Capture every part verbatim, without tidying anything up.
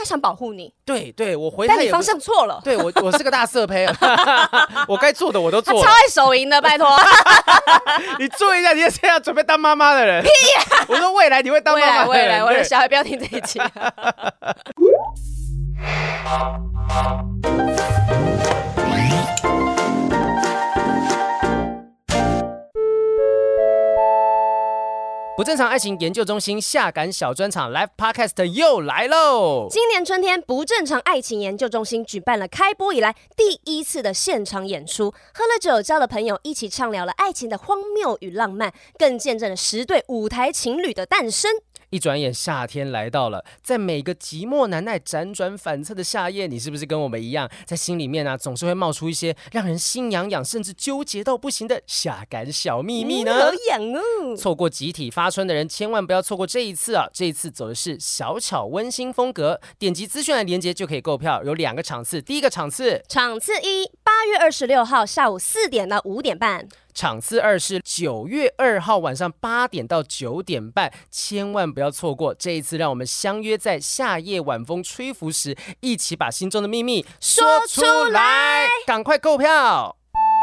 他想保护你。 对对，我回他也但你方向错了。 对我我是个大色胚，我该做的我都做了。 他超爱手淫的，拜托。 你注意一下，你现在要准备当妈妈的人。屁呀！我说未来你会当妈妈的人。 未来未来，我的小孩不要听这一集。 不正常爱情研究中心下感小专场 Live Podcast 又来喽！ 今年春天，不正常爱情研究中心举办了开播以来第一次的现场演出，喝了酒，交了朋友，一起畅聊了爱情的荒谬与浪漫，更见证了十对舞台情侣的诞生。 一转眼，夏天来到了，在每个寂寞难耐、辗转反侧的夏夜，你是不是跟我们一样，在心里面啊，总是会冒出一些让人心痒痒，甚至纠结到不行的下感小秘密呢？ 嗯、好痒哦！ 错过集体发春的人，千万不要错过这一次啊！这一次走的是小巧温馨风格，点击资讯的连结就可以购票，有两个场次，第一个场次， 场次一，八月二十六号下午四点到五点半。 场次二是九月二号晚上八点到九点半，千万不要错过。这一次，让我们相约在夏夜晚风吹拂时，一起把心中的秘密说出来，赶快购票！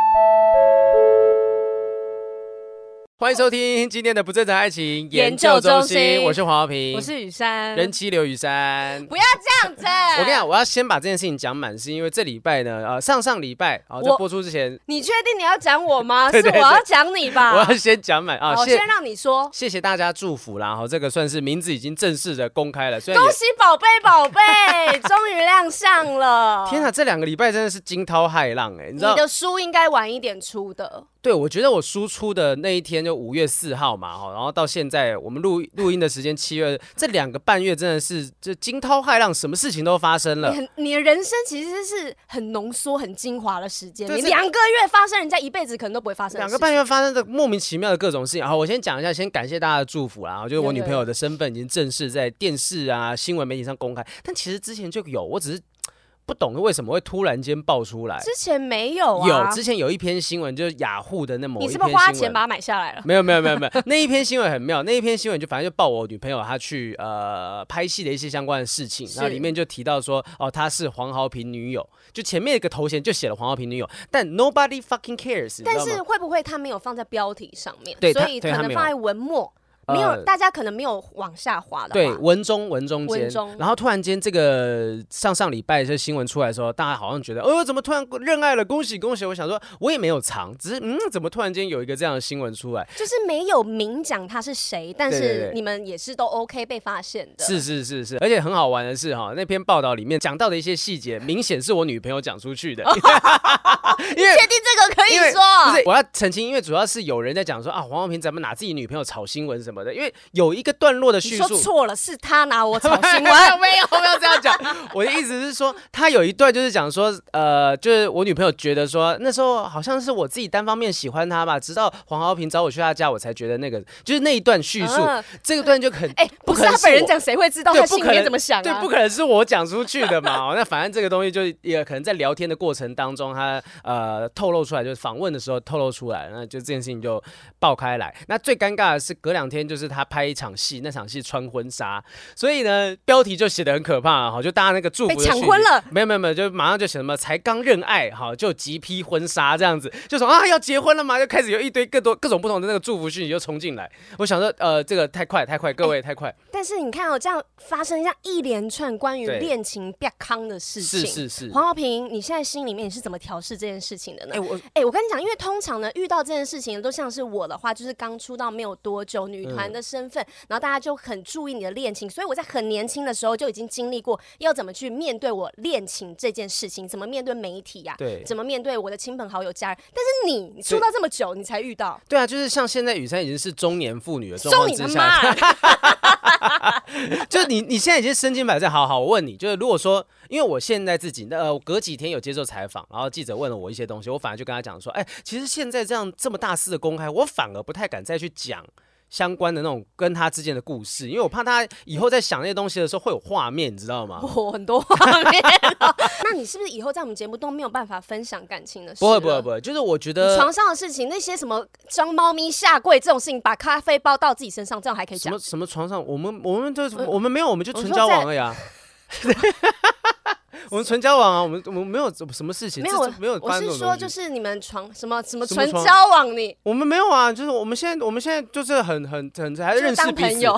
欢迎收听今天的不正常爱情研究中心，我是黄豪平， 我是雨珊， 人妻刘雨珊。 不要这样子！ 我跟你讲，我要先把这件事情讲满，是因为这礼拜呢，呃，上上礼拜啊，在播出之前， 你确定你要讲我吗？ 对对对， 是我要讲你吧？ 我要先讲满啊， 我先让你说。 谢谢大家祝福啦，哈，这个算是名字已经正式的公开了， 恭喜宝贝宝贝，终于亮相了！ 天啊，这两个礼拜真的是惊涛骇浪哎、欸，你知道你的书应该晚一点出的。 对，我觉得我输出的那一天就五月四号嘛，然后到现在我们录录音的时间七月，这两个半月真的是就惊涛骇浪，什么事情都发生了。 你, 你的人生其实是很浓缩、很精华的时间，你两个月发生人家一辈子可能都不会发生的事情。 两个半月发生的莫名其妙的各种事情。好，我先讲一下，先感谢大家的祝福啦。就是我女朋友的身份已经正式在电视啊、新闻媒体上公开，但其实之前就有，我只是不懂为什么会突然间爆出来。 之前没有啊， 有之前有一篇新闻，就是雅虎的那某一篇新闻。 你是不是花钱把它买下来了？ 没有没有没有没有，那一篇新闻很妙。那一篇新闻就反正就报我女朋友她去呃拍戏的一些相关的事情，然后里面就提到说哦她是黄豪平女友，就前面一个头衔就写了黄豪平女友，但 nobody fucking cares。 但是会不会他没有放在标题上面？ 对， 所以可能放在文末。没有、呃，大家可能没有往下滑的。 对，文中文中间，然后突然间这个上上礼拜这新闻出来的时候，大家好像觉得，呃，怎么突然认爱了？恭喜恭喜！我想说，我也没有藏，只是嗯，怎么突然间有一个这样的新闻出来？ 就是没有明讲他是谁，但是你们也是都 OK 被发现的。 是是是是，而且很好玩的是哈，那篇报道里面讲到的一些细节，明显是我女朋友讲出去的。 你确定这个可以说？ 不是，我要澄清，因为主要是有人在讲说啊，黄豪平怎么拿自己女朋友炒新闻什么的，因为有一个段落的叙述， 你说错了，是他拿我炒新闻， 没有，不要这样讲。我的意思是说，他有一段就是讲说，呃，就是我女朋友觉得说，那时候好像是我自己单方面喜欢他吧，直到黄豪平找我去他家，我才觉得那个，就是那一段叙述，嗯、这个段就很， 哎、欸，不是他本人讲，谁会知道他心里面怎么想啊？ 对，不可能是我讲出去的嘛。那反正这个东西就也可能在聊天的过程当中，他呃透露出来，就是访问的时候透露出来，那就这件事情就爆开来。那最尴尬的是隔两天就是他拍一场戏，那场戏穿婚纱，所以呢标题就写得很可怕哈，就大家那个祝福被抢婚了， 没有没有没有，就马上就写什么才刚认爱哈，就急批婚纱这样子，就说啊要结婚了嘛，就开始有一堆各多各种不同的那个祝福讯息就冲进来。我想说呃这个太快太快，各位、欸、太快。 但是你看哦，这样发生这样一连串关于恋情变康的事情， 是是是。 黄豪平，你现在心里面你是怎么调试这件事情的呢？哎、 欸、我哎、欸、我跟你讲，因为通常呢遇到这件事情都像是我的话，就是刚出道没有多久，女团的身份、嗯，然后大家就很注意你的恋情，所以我在很年轻的时候就已经经历过要怎么去面对我恋情这件事情，怎么面对媒体呀、啊， 对， 怎么面对我的亲朋好友家人。但是你你出道这么久，你才遇到。 对啊，就是像现在雨珊已经是中年妇女的状况之下，就是你你现在已经身经百战。好好，我问你，就是如果说，因为我现在自己呃，隔几天有接受采访，然后记者问了我一些东西，我反而就跟他讲说，哎、欸，其实现在这样这么大肆的公开，我反而不太敢再去讲相关的那种跟他之间的故事，因为我怕他以后在想那些东西的时候会有画面，你知道吗？ 我很多画面、哦。那你是不是以后在我们节目都没有办法分享感情的事？ 不会不会不会，就是我觉得床上的事情，那些什么装猫咪下跪这种事情，把咖啡包到自己身上，这样还可以讲？ 什么什么床上？我们我们就、呃、我们没有，我们就纯交往而已啊。 我们纯交往啊，我们我们没有什么事情， 没有没有发生这种东西。 我是说，就是你们床什么什么纯交往你， 我们没有啊，就是我们现在我们现在就是很很很还认识彼此。 朋友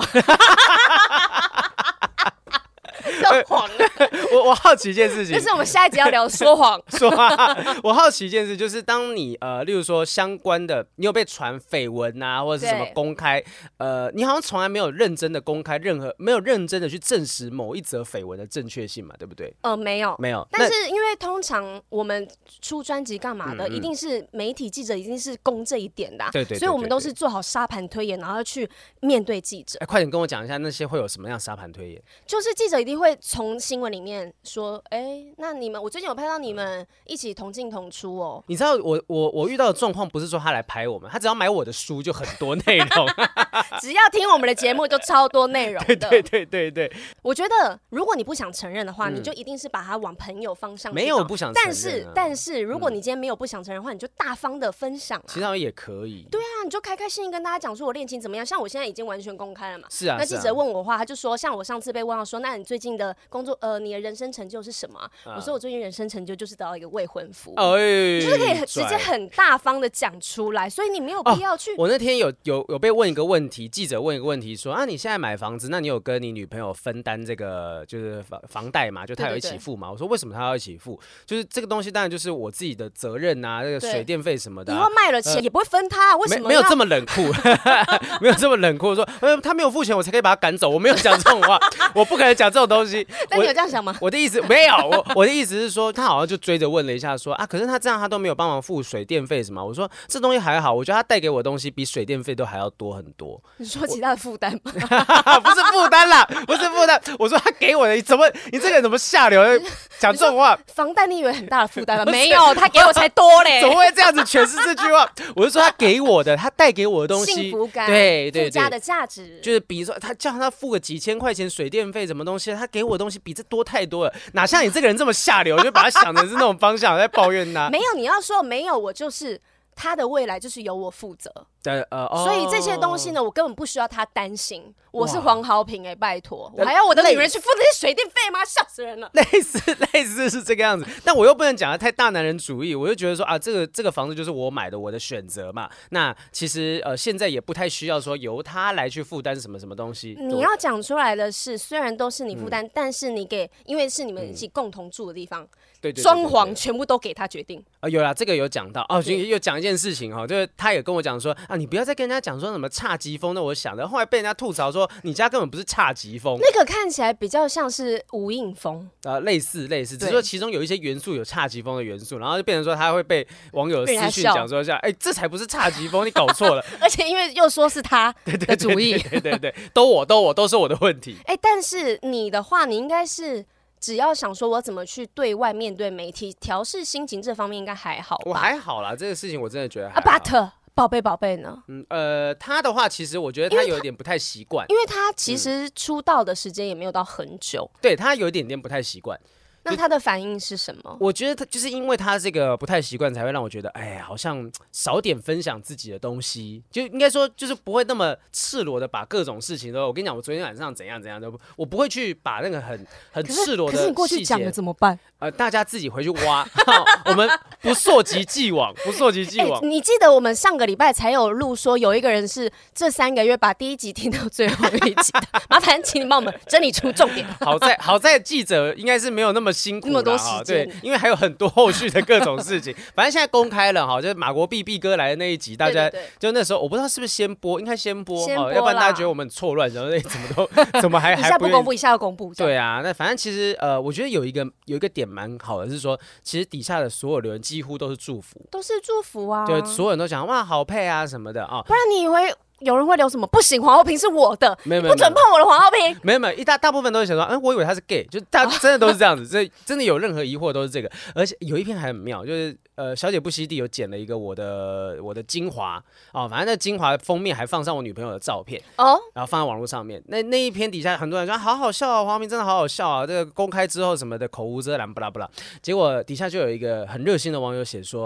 都谎了。 我我好奇一件事情， 这是我们下一集要聊说谎。 说话，我好奇一件事，就是当你呃，例如说相关的，你有被传绯闻啊，或者是什么公开，呃，你好像从来没有认真的公开任何，没有认真的去证实某一则绯闻的正确性嘛，对不对？ 呃，没有， 没有。 但是因为通常我们出专辑干嘛的， 嗯嗯一定是媒体记者一定是攻这一点的、啊， 对 对, 对, 对, 对， 所以我们都是做好沙盘推演，然后去面对记者。 哎，快点跟我讲一下那些会有什么样沙盘推演？ 就是记者一定会从新闻里面说，哎、欸，那你们，我最近有拍到你们一起同进同出哦。 你知道我我我遇到的状况不是说他来拍我们，他只要买我的书就很多内容， 只要听我们的节目就超多内容的。 对对对对对。 我觉得如果你不想承认的话， 嗯、 你就一定是把它往朋友方向去。 没有不想承认、啊， 但是但是如果你今天没有不想承认的话，你就大方的分享、啊。 其实也可以。 对啊，你就开开心心跟大家讲说我恋情怎么样。像我现在已经完全公开了嘛。 是啊。 那记者问我的话，他就说，像我上次被问到说，那你最近的工作，呃，你的人生成就是什么、啊？啊、我说我最近人生成就就是得到一个未婚夫。哎，就是可以直接很大方的讲出来，所以你没有必要去。 哦、我那天有有有被问一个问题，记者问一个问题说啊，你现在买房子，那你有跟你女朋友分担这个就是房房贷嘛？就她有一起付嘛？对对对，我说为什么她要一起付？就是这个东西当然就是我自己的责任啊，这个水电费什么的、啊。 以后卖了钱也不会分他、啊，为什么？ 没有这么冷酷，没有这么冷酷，说呃他没有付钱，我才可以把他赶走。我没有讲这种话，我不可能讲这种东西。 那你有这样想吗？ 我的意思没有，我我的意思是说，他好像就追着问了一下说，说啊，可是他这样他都没有帮忙付水电费什么？我说这东西还好，我觉得他带给我的东西比水电费都还要多很多。 你说其他的负担吗？ 不是负担啦，不是负担。我说他给我的，怎么你这个人怎么下流？讲这种话， 房贷你以为很大的负担吗？没有，他给我才多嘞。 怎么会这样子诠释这句话？我是说他给我的，他带给我的东西， 幸福感， 对对对， 附加的价值， 就是比如说他叫他付个几千块钱水电费什么东西，他给我的东西比这多太多了。哪像你这个人这么下流，就把他想的是那种方向在抱怨他。 没有，你要说没有，我就是他的未来就是由我负责。 对，呃，哦、 所以这些东西呢，我根本不需要他担心。我是黄豪平哎、欸，拜托，我还要我的女人去付这些水电费吗？笑死人了。 类似类似是这个样子，但我又不能讲的太大男人主义，我就觉得说啊，这个这个房子就是我买的，我的选择嘛。那其实呃，现在也不太需要说由他来去负担什么什么东西。 你要讲出来的是，虽然都是你负担、嗯，但是你给，因为是你们一起共同住的地方， 对对， 装潢全部都给他决定。 啊、呃，有啦，这个有讲到哦，又讲一件事情哈，就是他也跟我讲说啊，你不要再跟人家讲说什么侘寂风，那我想的，后来被人家吐槽说你家根本不是侘寂风， 那个看起来比较像是无印风， 呃，类似类似，只是说其中有一些元素有侘寂风的元素，然后就变成说他会被网友私讯讲说像，哎、欸，这才不是侘寂风，你搞错了， 而且因为又说是他的主意， 对对 对, 对, 对, 对, 对，都我都我都是我的问题， 哎、欸，但是你的话，你应该是。只要想说我怎么去对外面对媒体调试心情，这方面应该还好吧？ 我还好啦，这个事情我真的觉得还好。 啊 ，But 宝贝宝贝呢？ 嗯呃，他的话其实我觉得他有一点不太习惯， 因为他其实出道的时间也没有到很久， 嗯、对他有一点点不太习惯。 那他的反应是什么？ 我觉得他就是因为他这个不太习惯，才会让我觉得，哎，好像少点分享自己的东西，就应该说就是不会那么赤裸的把各种事情都。我跟你讲，我昨天晚上怎样怎样的，我不会去把那个很很赤裸的细节。 可是你过去讲了怎么办？ 呃，大家自己回去挖，我们不溯及既往，不溯及既往、 欸。你记得我们上个礼拜才有录说，有一个人是这三个月把第一集听到最后一集的，麻烦请你帮我们整理出重点。 好在好在记者应该是没有那么辛苦， 那么多时间， 对，因为还有很多后续的各种事情。反正现在公开了哈，就是马国碧碧哥来的那一集，大家对对对就那时候我不知道是不是先播，应该先播， 先播要不然大家觉得我们错乱，然后怎么都怎么还一下不公布，一下要公布。 对啊，那反正其实呃，我觉得有一个有一个点蛮好的，是说其实底下的所有留言几乎都是祝福， 都是祝福啊， 对，所有人都讲哇好配啊什么的啊、哦， 不然你以为有人会留什么？不行，黄浩平是我的， 没有没有， 不准碰我的黄浩平。 没有没有，一大大部分都是想说，嗯，我以为他是 gay， 就大真的都是这样子，这真的有任何疑惑都是这个。而且有一篇还很妙，就是呃，小姐不吸地有剪了一个我的我的精华哦，反正那精华封面还放上我女朋友的照片哦，然后放在网络上面。那那一篇底下很多人说好好笑啊，黄浩平真的好好笑啊，这个公开之后什么的口无遮拦，不啦不啦。结果底下就有一个很热心的网友写说。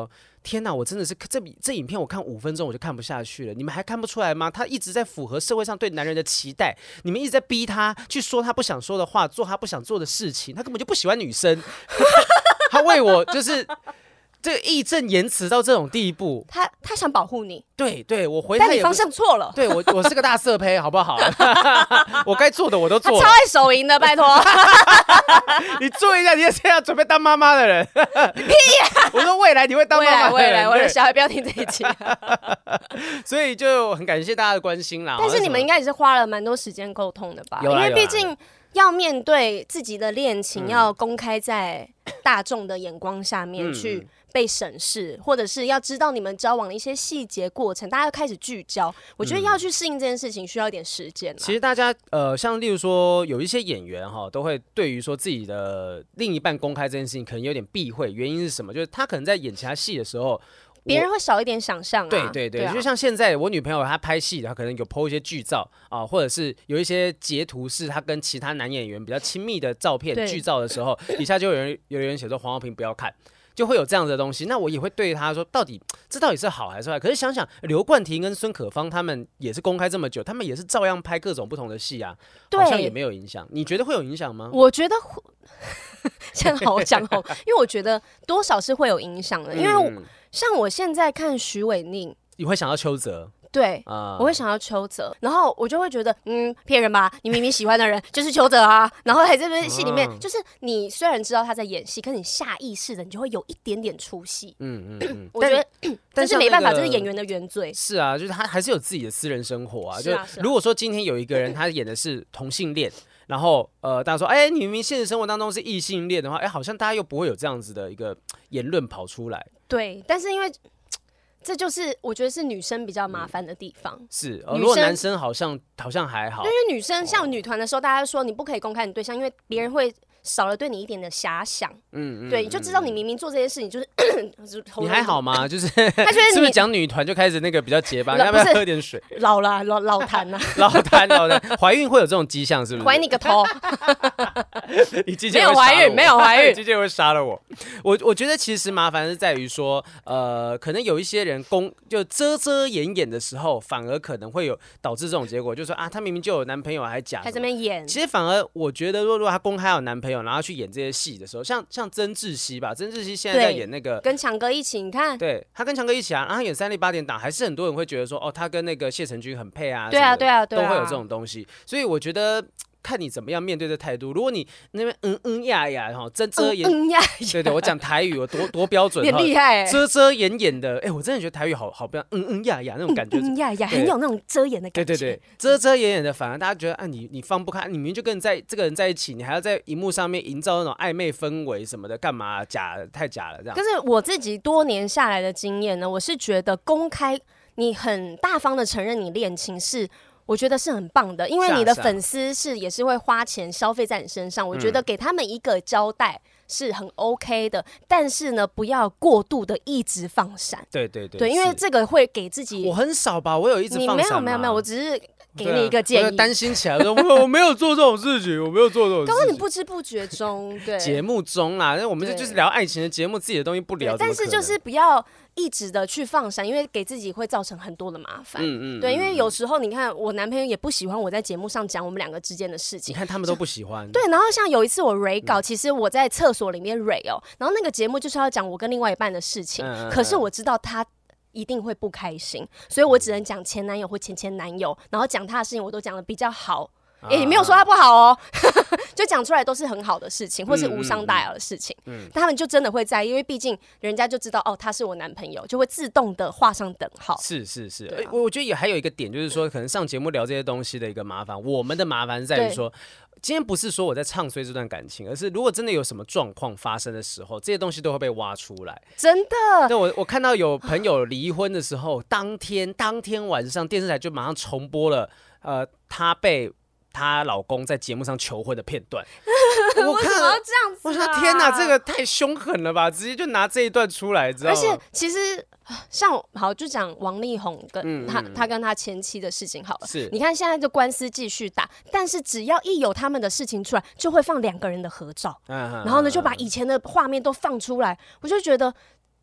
天哪，我真的是这这影片我看五分钟我就看不下去了，你们还看不出来吗？他一直在符合社会上对男人的期待，你们一直在逼他去说他不想说的话，做他不想做的事情，他根本就不喜欢女生，他为我就是这个义正言辞到这种地步， 他他想保护你， 对对，我回他也但你方向错了， 对我我是个大色胚，好不好？我该做的我都做了， 他超爱手淫的，拜托。 你注意一下，你现在准备当妈妈的人，屁呀！我说未来你会当妈妈的人， 未来未来，我的小孩不要听这一集。 所以就很感谢大家的关心啦。 但是你们应该也是花了蛮多时间沟通的吧？ 因为毕竟要面对自己的恋情，嗯、要公开在大众的眼光下面去被审视，或者是要知道你们交往的一些细节过程，大家要开始聚焦。我觉得要去适应这件事情需要一点时间。 其实大家呃，像例如说有一些演员哈，都会对于说自己的另一半公开这件事情，可能有点避讳。原因是什么？就是他可能在演其他戏的时候。 别人会少一点想象啊， 对对 对, 对、啊，就像现在我女朋友她拍戏，她可能有 po 一些剧照啊，或者是有一些截图是她跟其他男演员比较亲密的照片剧照的时候，底下就有人有人写说黄浩平不要看，就会有这样的东西。那我也会对她说，到底这到底是好还是坏？可是想想刘冠廷跟孙可芳他们也是公开这么久，他们也是照样拍各种不同的戏啊，好像也没有影响。你觉得会有影响吗？ 我觉得现在好讲哦，因为我觉得多少是会有影响的，因为我。嗯像我现在看许瑋甯， 你会想到邱泽， 对，uh, 我会想到邱泽，然后我就会觉得，嗯，骗人吧，你明明喜欢的人就是邱泽啊，然后在这部戏里面， uh. 就是你虽然知道他在演戏，可是你下意识的你就会有一点点出戏，嗯嗯嗯，我觉得但是没办法，这是演员的原罪。 是啊，就是他还是有自己的私人生活啊， 是啊就如果说今天有一个人他演的是同性恋。然后，呃，大家说，哎，你明明现实生活当中是异性恋的话，哎，好像大家又不会有这样子的一个言论跑出来。 对，但是因为这就是我觉得是女生比较麻烦的地方。 嗯、是、呃，如果男生好像好像还好， 因为女生像女团的时候，大家说你不可以公开你对象，因为别人会少了对你一点的遐想。嗯嗯，对，你就知道你明明做这些事情就是。 你还好吗？就是他觉得是不是讲女团就开始那个比较结巴？要不要喝点水？ 老了老老痰了， 老痰老痰，怀孕会有这种迹象是不是？ 怀你个头！ 你机没有怀孕，没有怀孕， 机器人会杀了我。我我觉得其实麻烦是在于说，呃，可能有一些人公就遮遮掩掩的时候，反而可能会有导致这种结果，就是说啊，他明明就有男朋友还假， 还这边演。 其实反而我觉得，如果他公开有男朋友，然后去演这些戏的时候，像像曾志熙吧，曾志熙现在在演那个跟强哥一起，你看， 对他跟强哥一起啊，然后他演三立八点档，还是很多人会觉得说，哦，他跟那个谢承君很配啊， 对啊对啊对啊， 都会有这种东西，所以我觉得。看你怎么样面对的态度。如果你那边嗯嗯呀呀，哈，遮遮掩， 嗯呀， 对对，我讲台语，我多多标准， 很厉害， 遮遮掩掩的，哎，我真的觉得台语好好不要嗯嗯呀呀那种感觉， 嗯呀呀，很有那种遮掩的感觉。 对对对，遮遮掩掩的，反而大家觉得啊，你你放不开，你明明就跟在这个人在一起，你还要在荧幕上面营造那种暧昧氛围什么的，干嘛？假的，太假了，这样。 可是我自己多年下来的经验呢，我是觉得公开，你很大方的承认你恋情是。我觉得是很棒的，因为你的粉丝是也是会花钱消费在你身上，我觉得给他们一个交代是很 OK 的，但是呢，不要过度的一直放闪。 对对对， 对，因为这个会给自己。 我很少吧，我有一直放闪吗？ 你没有没有没有，我只是给你一个建议。 我担心起来说，我我没有做这种事情，我没有做这种事情。 刚刚你不知不觉中，对节目中啦，那我们就是聊爱情的节目，自己的东西不聊， 但是就是不要。一直的去放闪，因为给自己会造成很多的麻烦。嗯嗯，对，因为有时候你看，我男朋友也不喜欢我在节目上讲我们两个之间的事情。 你看他们都不喜欢。 对，然后像有一次我蕊稿，嗯、其实我在厕所里面蕊哦，然后那个节目就是要讲我跟另外一半的事情，嗯、可是我知道他一定会不开心，所以我只能讲前男友或前前男友，然后讲他的事情我都讲得比较好。也、欸、没有说他不好哦，就讲出来都是很好的事情，或是无伤大雅的事情。嗯，嗯但他们就真的会在意，因为毕竟人家就知道哦，他是我男朋友，就会自动的画上等号。 是是是，啊、我我觉得也还有一个点，就是说可能上节目聊这些东西的一个麻烦，我们的麻烦在于说。今天不是说我在唱衰这段感情，而是如果真的有什么状况发生的时候，这些东西都会被挖出来。 真的？ 对，我我看到有朋友离婚的时候，当天当天晚上电视台就马上重播了，呃，他被她老公在节目上求婚的片段。 我看为什么要这样子、啊？ 我说天哪，这个太凶狠了吧！直接就拿这一段出来，知道吗？ 而且其实像好就讲王力宏跟他、嗯嗯、他跟他前妻的事情好了。是，你看现在就官司继续打，但是只要一有他们的事情出来，就会放两个人的合照，嗯、然后呢就把以前的画面都放出来，我就觉得。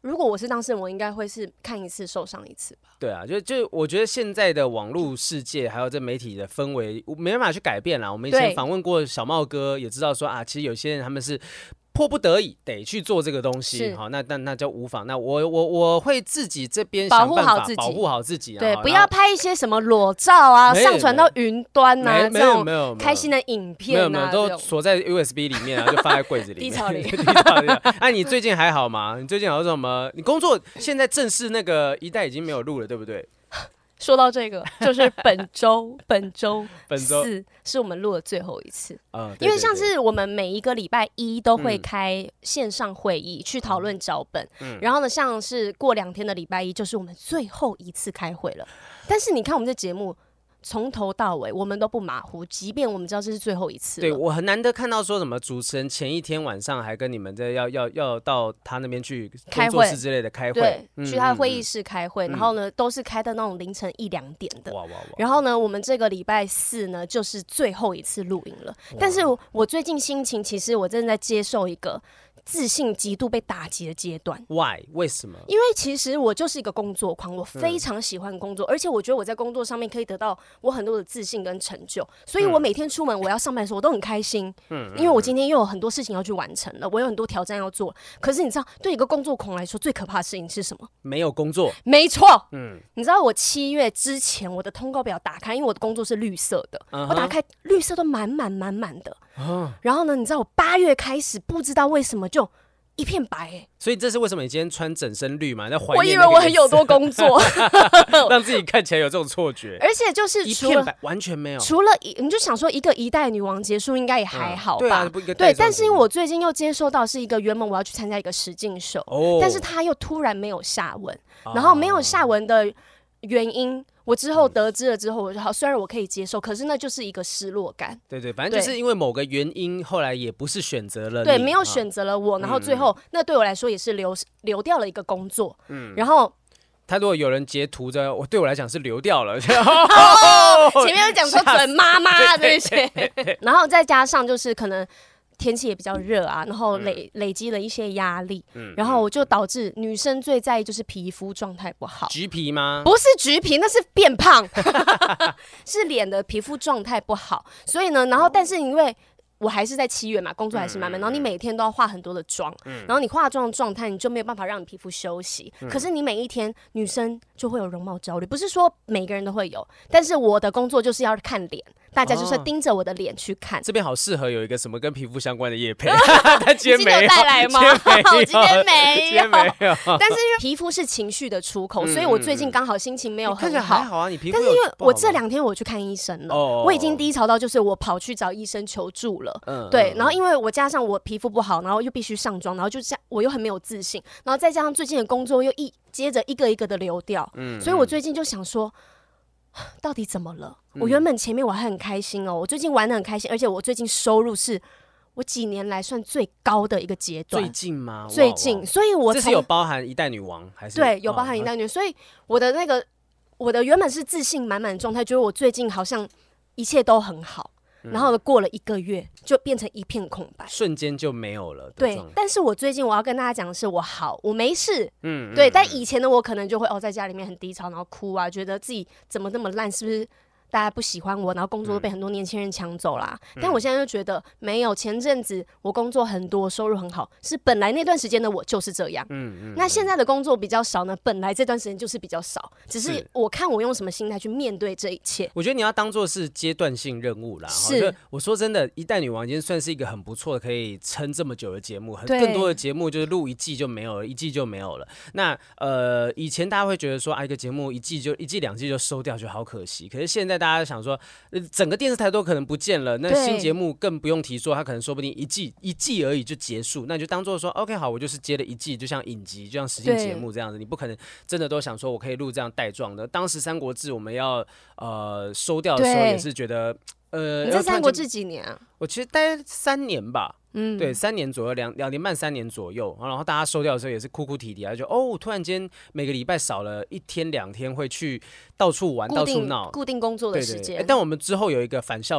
如果我是当事人，我应该会是看一次受伤一次吧。 对啊，就就我觉得现在的网络世界还有这媒体的氛围，没办法去改变啦。我们以前访问过小茂哥，也知道说啊，其实有些人他们是迫不得已得去做这个东西，好，那那那就无妨。那我我我会自己这边想办法保护好自己， 对，不要拍一些什么裸照啊，上传到云端啊， 没有没有开心的影片啊， 没有没有，都锁在 U S B 里面啊，就放在柜子里面。 低潮里， 低潮里。哎，你最近还好吗？你最近有什么？你工作现在正式那个一代已经没有录了，对不对？ 说到这个，就是本周本周本周四是我们录的最后一次， 嗯， 因为像是我们每一个礼拜一都会开线上会议、嗯、去讨论脚本、嗯，然后呢，像是过两天的礼拜一就是我们最后一次开会了。但是你看我们这节目。从头到尾我们都不马虎，即便我们知道这是最后一次了。 对，我很难得看到说什么主持人前一天晚上还跟你们在要要要到他那边去工作室之类的开会， 对， 嗯、 去他的会议室开会、嗯，然后呢都是开的那种凌晨一两点的。 哇哇哇！ 然后呢，我们这个礼拜四呢就是最后一次录影了。但是我最近心情其实我正在接受一个。自信极度被打击的阶段 ，Why？ 为什么？ 因为其实我就是一个工作狂，我非常喜欢工作、嗯，而且我觉得我在工作上面可以得到我很多的自信跟成就，所以我每天出门我要上班的时候我都很开心，嗯，因为我今天又有很多事情要去完成了，我有很多挑战要做。可是你知道，对一个工作狂来说，最可怕的事情是什么？ 没有工作。 没错， 嗯， 你知道我七月之前我的通告表打开，因为我的工作是绿色的，嗯、我打开绿色都满满满满的、嗯，然后呢，你知道我八月开始不知道为什么就。一片白、欸， 所以这是为什么你今天穿整身绿嘛？在怀念。 我以为我很有多工作， 让自己看起来有这种错觉。 而且就是一片白，完全没有。 除了你就想说一个一代女王结束应该也还好吧？ 嗯、对, 啊对，但是因为我最近又接收到是一个原本我要去参加一个实境秀、哦，但是他又突然没有下文，哦、然后没有下文的原因。我之后得知了之后，我就好，虽然我可以接受，可是那就是一个失落感。 对对，反正就是因为某个原因，后来也不是选择了你， 对，没有选择了我，然后最后、嗯、那对我来说也是流流掉了一个工作。嗯，然后他如果有人截图的，我对我来讲是流掉了。 哦、前面有讲说准妈妈这些，然后再加上就是可能。天气也比较热啊，然后累、嗯、累积了一些压力、嗯，然后就导致女生最在意就是皮肤状态不好。 橘皮吗？ 不是橘皮，那是变胖，是脸的皮肤状态不好。所以呢，然后但是因为我还是在七月嘛，工作还是满满、嗯，然后你每天都要化很多的妆、嗯，然后你化妆的状态你就没有办法让你皮肤休息、嗯。可是你每一天女生就会有容貌焦虑，不是说每个人都会有，但是我的工作就是要看脸。大家就是盯着我的脸去看、哦， 这边好适合有一个什么跟皮肤相关的业配， 但今天没有带来吗？我今天没有，今天没有。但是因为皮肤是情绪的出口、嗯，所以我最近刚好心情没有很好。看起来还好啊，你皮肤但是因为我这两天我去看医生了、哦，我已经低潮到就是我跑去找医生求助了。嗯，对。然后因为我加上我皮肤不好，然后又必须上妆，然后就这样我又很没有自信，然后再加上最近的工作又一接着一个一个的流掉，嗯，所以我最近就想说。到底怎么了？我原本前面我还很开心哦，我最近玩得很开心，而且我最近收入是我几年来算最高的一个阶段。 最近吗？ 最近，所以我这是有包含一代女王还是？ 对，有包含一代女王、哦，所以我的那个我的原本是自信满满的状态，觉得我最近好像一切都很好。然后过了一个月，就变成一片空白， 瞬间就没有了。 对，但是我最近我要跟大家讲的是，我好，我没事。嗯，对。嗯、但以前的我可能就会哦，在家里面很低潮，然后哭啊，觉得自己怎么那么烂，是不是？大家不喜欢我，然后工作都被很多年轻人抢走啦、嗯。但我现在就觉得没有，前阵子我工作很多，收入很好，是本来那段时间的我就是这样。嗯嗯。那现在的工作比较少呢，本来这段时间就是比较少，只是我看我用什么心态去面对这一切。 我觉得你要当做是阶段性任务啦。是。我说真的，一代女王已经算是一个很不错的，可以撑这么久的节目。更多的节目就是录一季就没有了，一季就没有了。那呃，以前大家会觉得说啊，一个节目一季就一季两季就收掉，就好可惜。可是现在大家想说。整个电视台都可能不见了，那新节目更不用提说，它可能说不定一季一季而已就结束，那你就当做说 OK 好，我就是接了一季，就像影集，就像实境节目这样子，你不可能真的都想说我可以录这样带状的。当时《三国志》我们要呃收掉的时候，也是觉得呃， 你在《三国志》几年啊？ 我其实待三年吧。嗯，对，三年左右，两两年半三年左右，然后大家收掉的时候也是哭哭啼啼啊，就哦，突然间每个礼拜少了一天两天会去到处玩、到处闹， 固定工作的时间。 但我们之后有一个返校日，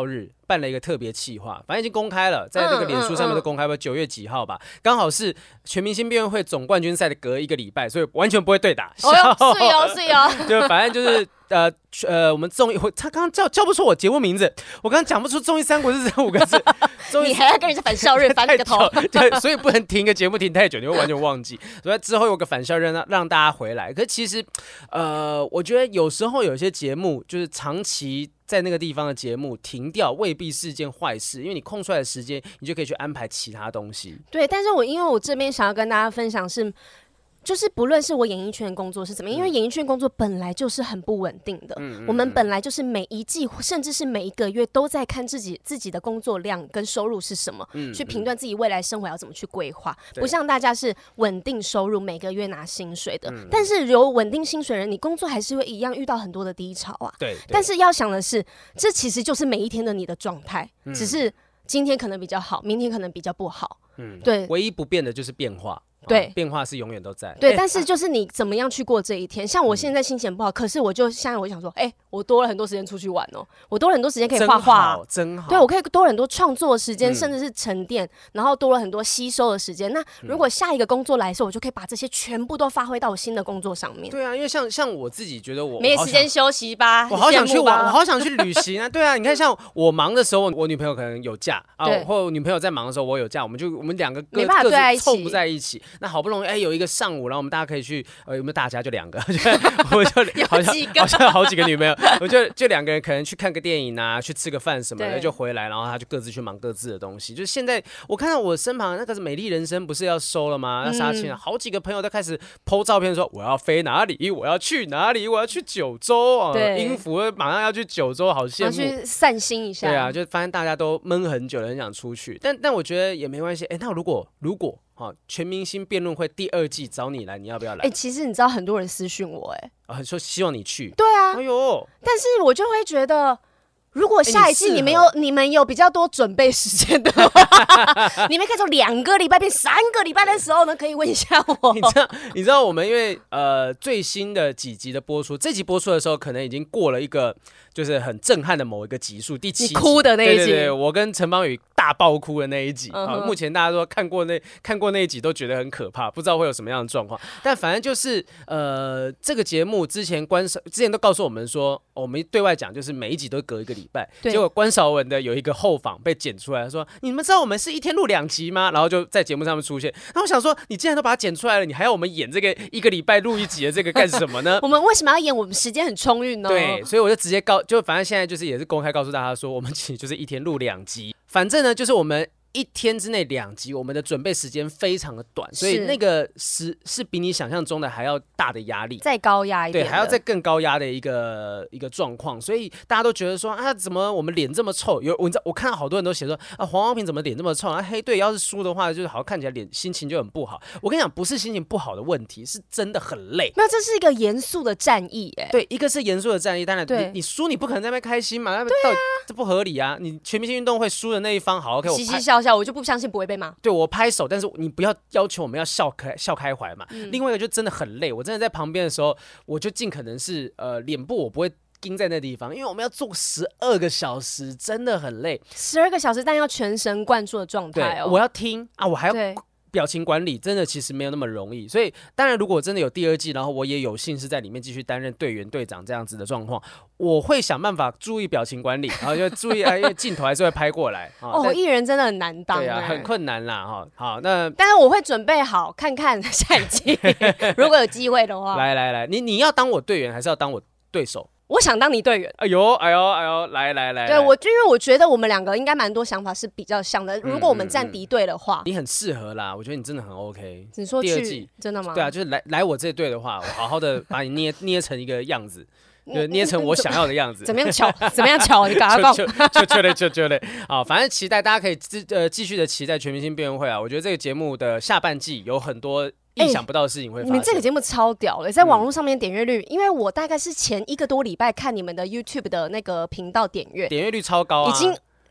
办了一个特别企划，反正已经公开了，在这个脸书上面都公开了，九月几号吧，刚好是全明星辩论会总冠军赛的隔一个礼拜，所以完全不会对打。 哦哟，是哦是哦， 就反正就是呃呃，我们综艺，他刚刚叫叫不出我节目名字，我刚刚讲不出综艺三国志这五个字， 你还要跟人家反校任，翻你个头， 对，所以不能停一个节目停太久，你会完全忘记。所以之后有个反校任让让大家回来。可是其实，呃，我觉得有时候有些节目就是长期在那个地方的节目停掉，未必是件坏事，因为你空出来的时间，你就可以去安排其他东西。 对，但是我因为我这边想要跟大家分享是。就是不论是我演艺圈的工作是怎么样，因为演艺圈工作本来就是很不稳定的，嗯嗯嗯，我们本来就是每一季甚至是每一个月都在看自己自己的工作量跟收入是什么，嗯嗯，去评断自己未来生活要怎么去规划，不像大家是稳定收入每个月拿薪水的，嗯，但是有稳定薪水的人，你工作还是会一样遇到很多的低潮啊，对，但是要想的是，这其实就是每一天的你的状态，嗯，只是今天可能比较好，明天可能比较不好，嗯，对， 唯一不变的就是变化。 对， 变化是永远都在。 对，欸、但是就是你怎么样去过这一天？像我现在心情不好，嗯、可是我就现在我想说，哎、欸，我多了很多时间出去玩哦，我多了很多时间可以画画， 真好。 对，我可以多了很多创作的时间，嗯、甚至是沉淀，然后多了很多吸收的时间。那如果下一个工作来的时候，我就可以把这些全部都发挥到我新的工作上面。 对啊，因为像像我自己觉得我没时间休息吧， 我好想去玩，我好想去旅行啊。对啊，你看像我忙的时候，我女朋友可能有假啊，或女朋友在忙的时候我有假，我们就我们两个各各自凑不在一起。那好不容易哎、欸、有一个上午，然后我们大家可以去，呃，有没有大家就两个，我就好像好像好几个女朋友，我就就两个人可能去看个电影啊，去吃个饭什么的，就回来，然后他就各自去忙各自的东西。就是现在我看到我身旁那个美丽人生不是要收了吗？要杀青了，嗯、好几个朋友都开始 po 照片说我要飞哪里，我要去哪里，我要去九州啊，音符马上要去九州，好羡慕， 去散心一下。 对啊，就发现大家都闷很久了，很想出去，但但我觉得也没关系。哎，那如果如果好，全明星辩论会第二季找你来，你要不要来？ 哎、欸，其实你知道很多人私讯我、欸，哎、 啊，说希望你去。 对啊， 哎呦， 但是我就会觉得，如果下一季你们有、欸、你, 你们有比较多准备时间的话，你们可以从两个礼拜变三个礼拜的时候呢，可以问一下我。 你知道，你知道我们因为呃最新的几集的播出，这集播出的时候可能已经过了一个就是很震撼的某一个集数，第七集， 你哭的那一集， 对对对，我跟陈芳宇大爆哭的那一集、嗯、啊，目前大家都看过那看过那一集都觉得很可怕，不知道会有什么样的状况。但反正就是呃，这个节目之前关之前都告诉我们说，哦、我们对外讲就是每一集都隔一个礼拜，结果关韶文的有一个后访被剪出来，说你们知道我们是一天录两集吗？然后就在节目上面出现。然后我想说，你既然都把它剪出来了，你还要我们演这个一个礼拜录一集的这个干什么呢？ 我们为什么要演？我们时间很充裕呢。 对，所以我就直接告，就反正现在就是也是公开告诉大家说，我们其实就是一天录两集。反正呢，就是我们一天之内两集，我们的准备时间非常的短，所以那个是是比你想象中的还要大的压力， 再高压一点， 对，还要再更高压的一个一个状况，所以大家都觉得说啊，怎么我们脸这么臭？有我我看到好多人都写说啊，黄豪平怎么脸这么臭？啊，黑队要是输的话，就是好像看起来脸心情就很不好。我跟你讲，不是心情不好的问题，是真的很累。 那这是一个严肃的战役，哎， 对，一个是严肃的战役，当然你你输你不可能在那边开心嘛，那到底这不合理啊！你全明星运动会输的那一方，好 OK， 我嘻嘻笑笑，我就不相信不会被骂。 对，我拍手，但是你不要要求我们要笑开笑开怀嘛。嗯、另外一个就真的很累，我真的在旁边的时候，我就尽可能是呃脸部我不会盯在那地方，因为我们要做十二个小时，真的很累。 十二个小时，但要全神贯注的状态哦。 我要听啊，我还要表情管理，真的其实没有那么容易。所以当然，如果真的有第二季，然后我也有幸是在里面继续担任队员、队长这样子的状况，我会想办法注意表情管理，然后就注意啊，因为镜头还是会拍过来。 哦，艺人真的很难当， 对啊，很困难啦哈。好，那但是我会准备好看看下一季，如果有机会的话。 来来来，你你要当我队员，还是要当我对手？ 我想当你队员。 哎呦哎呦哎呦，来来来， 对，我因为我觉得我们两个应该蛮多想法是比较像的。如果我们站敌对的话， 嗯嗯嗯、你很适合啦，我觉得你真的很 OK。 你说第二季真的吗？ 对啊，就是来来我这队的话，我好好的把你捏捏成一个样子。就捏成我想要的样子， 怎么样巧？怎么样巧？你赶快告诉我， 就就嘞就就嘞啊！反正期待大家可以呃继续的期待全明星辩论会啊！我觉得这个节目的下半季有很多意想不到的事情会发生。欸、 你们这个节目超屌的，在网络上面点阅率，嗯、因为我大概是前一个多礼拜看你们的 YouTube 的那个频道点阅， 点阅率超高啊， 已经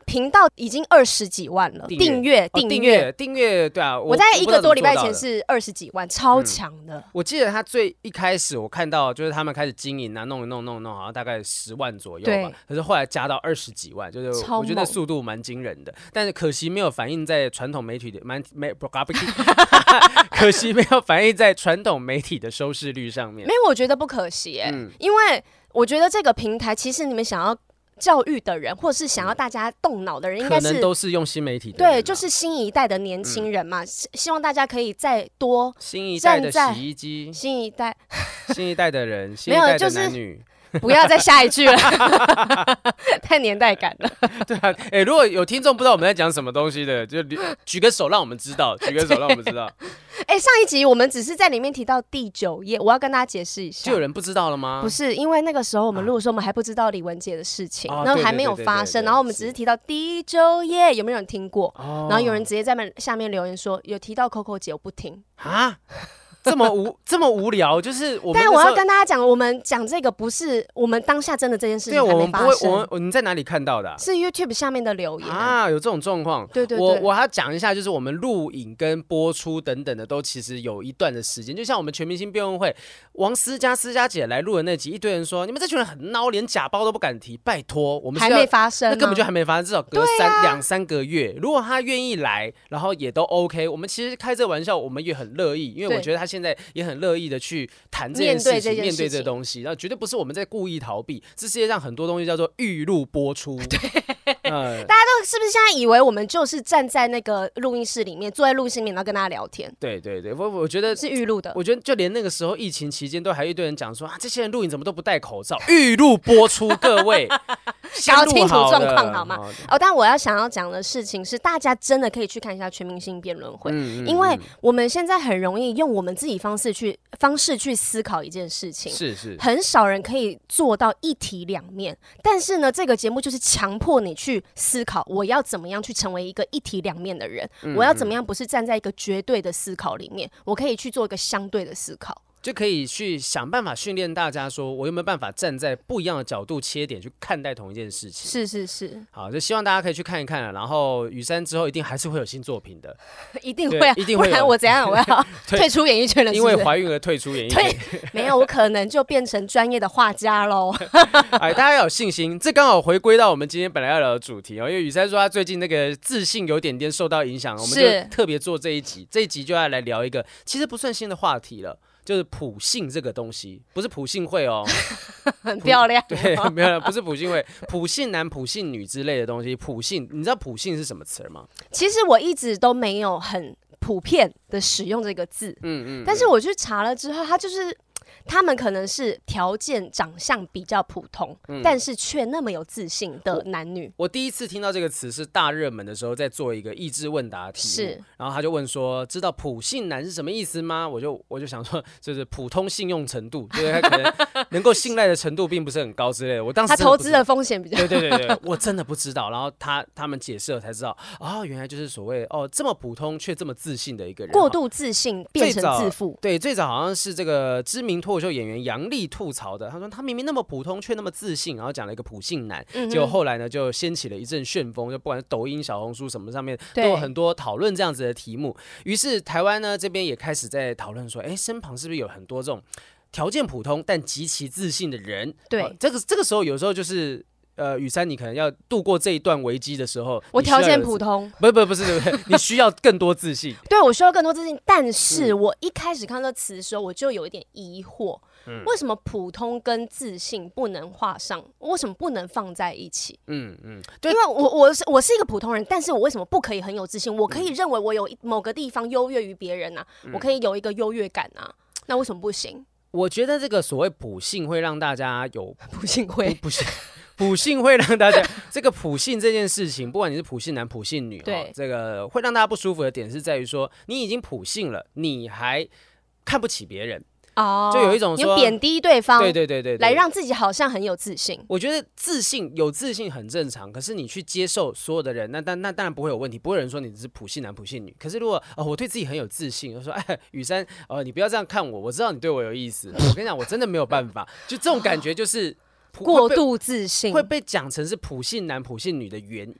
频道已经二十几万了，订阅订阅订阅，对啊， 我在一个多礼拜前是二十几万，超强的、嗯。 我记得他最一开始我看到就是他们开始经营啊，弄一弄弄弄，好像大概十万左右吧。可是后来加到二十几万，就是我觉得速度蛮惊人的。但是可惜没有反映在传统媒体的，蛮没可惜没有反映在传统媒体的收视率上面。 没有，我觉得不可惜、欸嗯，因为我觉得这个平台其实你们想要教育的人，或是想要大家动脑的人，应该是可能都是用新媒体的人、啊， 对，就是新一代的年轻人嘛。嗯、希望大家可以再多新一代的洗衣机， 新一代新一代的人，新一代的男女。 不要再下一句了，太年代感了。 对啊，哎、欸，如果有听众不知道我们在讲什么东西的，就举个手让我们知道，举个手让我们知道。 哎、欸，上一集我们只是在里面提到第九页，我要跟大家解释一下。 就有人不知道了吗？ 不是，因为那个时候我们录的时候，我们还不知道李文杰的事情，然后还没有发生，然后我们只是提到第九页，有没有人听过？然后有人直接在下面留言说有提到 Coco 姐，我不听啊。 这么无这么无聊，就是我们。 但我要跟大家讲，我们讲这个不是我们当下真的这件事情还没发生。对，我们不会，我们你在哪里看到的、啊？ 是 YouTube 下面的留言啊，有这种状况。 对对对， 我我还要讲一下，就是我们录影跟播出等等的，都其实有一段的时间。就像我们全明星辩论会，王思佳思佳姐来录的那集，一堆人说你们这群人很孬，连假包都不敢提。拜托，我们还没发生、啊， 那根本就还没发生，至少隔三两、啊、三个月。如果他愿意来，然后也都 OK， 我们其实开这玩笑，我们也很乐意，因为我觉得他现在也很乐意。意的去谈这件事情，面对这东西，然后绝对不是我们在故意逃避。这世界上很多东西叫做预录播出。 对，嗯、大家都是不是现在以为我们就是站在那个录音室里面，坐在录音室里面，然后跟大家聊天？ 对对对，我我觉得是预录的。 我觉得就连那个时候疫情期间，都还有一堆人讲说啊，这些人录影怎么都不戴口罩？预录播出，各位搞清楚状况好吗？哦，但我要想要讲的事情是，大家真的可以去看一下全明星辩论会、嗯嗯，因为我们现在很容易用我们自己方式去。方式去思考一件事情， 是是， 很少人可以做到一体两面。但是呢，这个节目就是强迫你去思考，我要怎么样去成为一个一体两面的人、嗯，我要怎么样不是站在一个绝对的思考里面，我可以去做一个相对的思考。 就可以去想办法训练大家说，我有没有办法站在不一样的角度切点去看待同一件事情。 是是是， 好，就希望大家可以去看一看了。然后雨珊之后一定还是会有新作品的， 一定会、啊， 一定会有。 不然我怎样？我要退出演艺圈了是不是？ 因为怀孕而退出演艺圈， 没有，我可能就变成专业的画家喽。 哎，大家要有信心，这刚好回归到我们今天本来要聊的主题哦。因为雨珊说她最近那个自信有点点受到影响，我们就特别做这一集，这一集就要来聊一个其实不算新的话题了。就是普信这个东西，不是普信会哦， 很漂亮。 对，没有，不是普信会，普信男、普信女之类的东西。普信，你知道普信是什么词吗？ 其实我一直都没有很普遍的使用这个字，嗯嗯，但是我去查了之后，它就是。他们可能是条件长相比较普通、嗯、但是却那么有自信的男女。 我, 我第一次听到这个词是大热门的时候，在做一个益智问答题目，是，然后他就问说知道普信男是什么意思吗？我就我就想说就是普通信用程度，就是他可能能够信赖的程度并不是很高之类的。我当时他投资的风险比较对对对对，我真的不知道。然后他他们解释了才知道，哦，原来就是所谓哦这么普通却这么自信的一个人， 过度自信变成自负。 对，最早好像是这个知名脱口秀演员杨丽吐槽的，他说他明明那么普通却那么自信，然后讲了一个普信男、嗯、结果后来呢就掀起了一阵旋风，就不管是抖音小红书什么上面都有很多讨论这样子的题目。于是台湾呢这边也开始在讨论说，哎，身旁是不是有很多这种条件普通但极其自信的人？对、哦、这个这个时候有时候就是呃，雨珊，你可能要度过这一段危机的时候， 我条件普通， 不不不是不是，你需要更多自信。 对，我需要更多自信，但是我一开始看到这词的时候，我就有一点疑惑、嗯，为什么普通跟自信不能画上？为什么不能放在一起？嗯嗯，对，因为我我是我是一个普通人，但是我为什么不可以很有自信？我可以认为我有某个地方优越于别人啊、嗯，我可以有一个优越感啊，那为什么不行？ 我觉得这个所谓普信会让大家有普信会不是。普信会让大家这个普信这件事情，不管你是普信男、普信女，对、哦，这个会让大家不舒服的点是在于说，你已经普信了，你还看不起别人。哦，就有一种说你贬低对方， 对对对 对, 对， 来让自己好像很有自信。 我觉得自信有自信很正常，可是你去接受所有的人，那那那当然不会有问题，不会有人说你是普信男、普信女。可是如果、呃、我对自己很有自信，我说哎，雨珊，呃，你不要这样看我，我知道你对我有意思，我跟你讲，我真的没有办法，就这种感觉就是。 过度自信会被讲成是普信男普信女的原因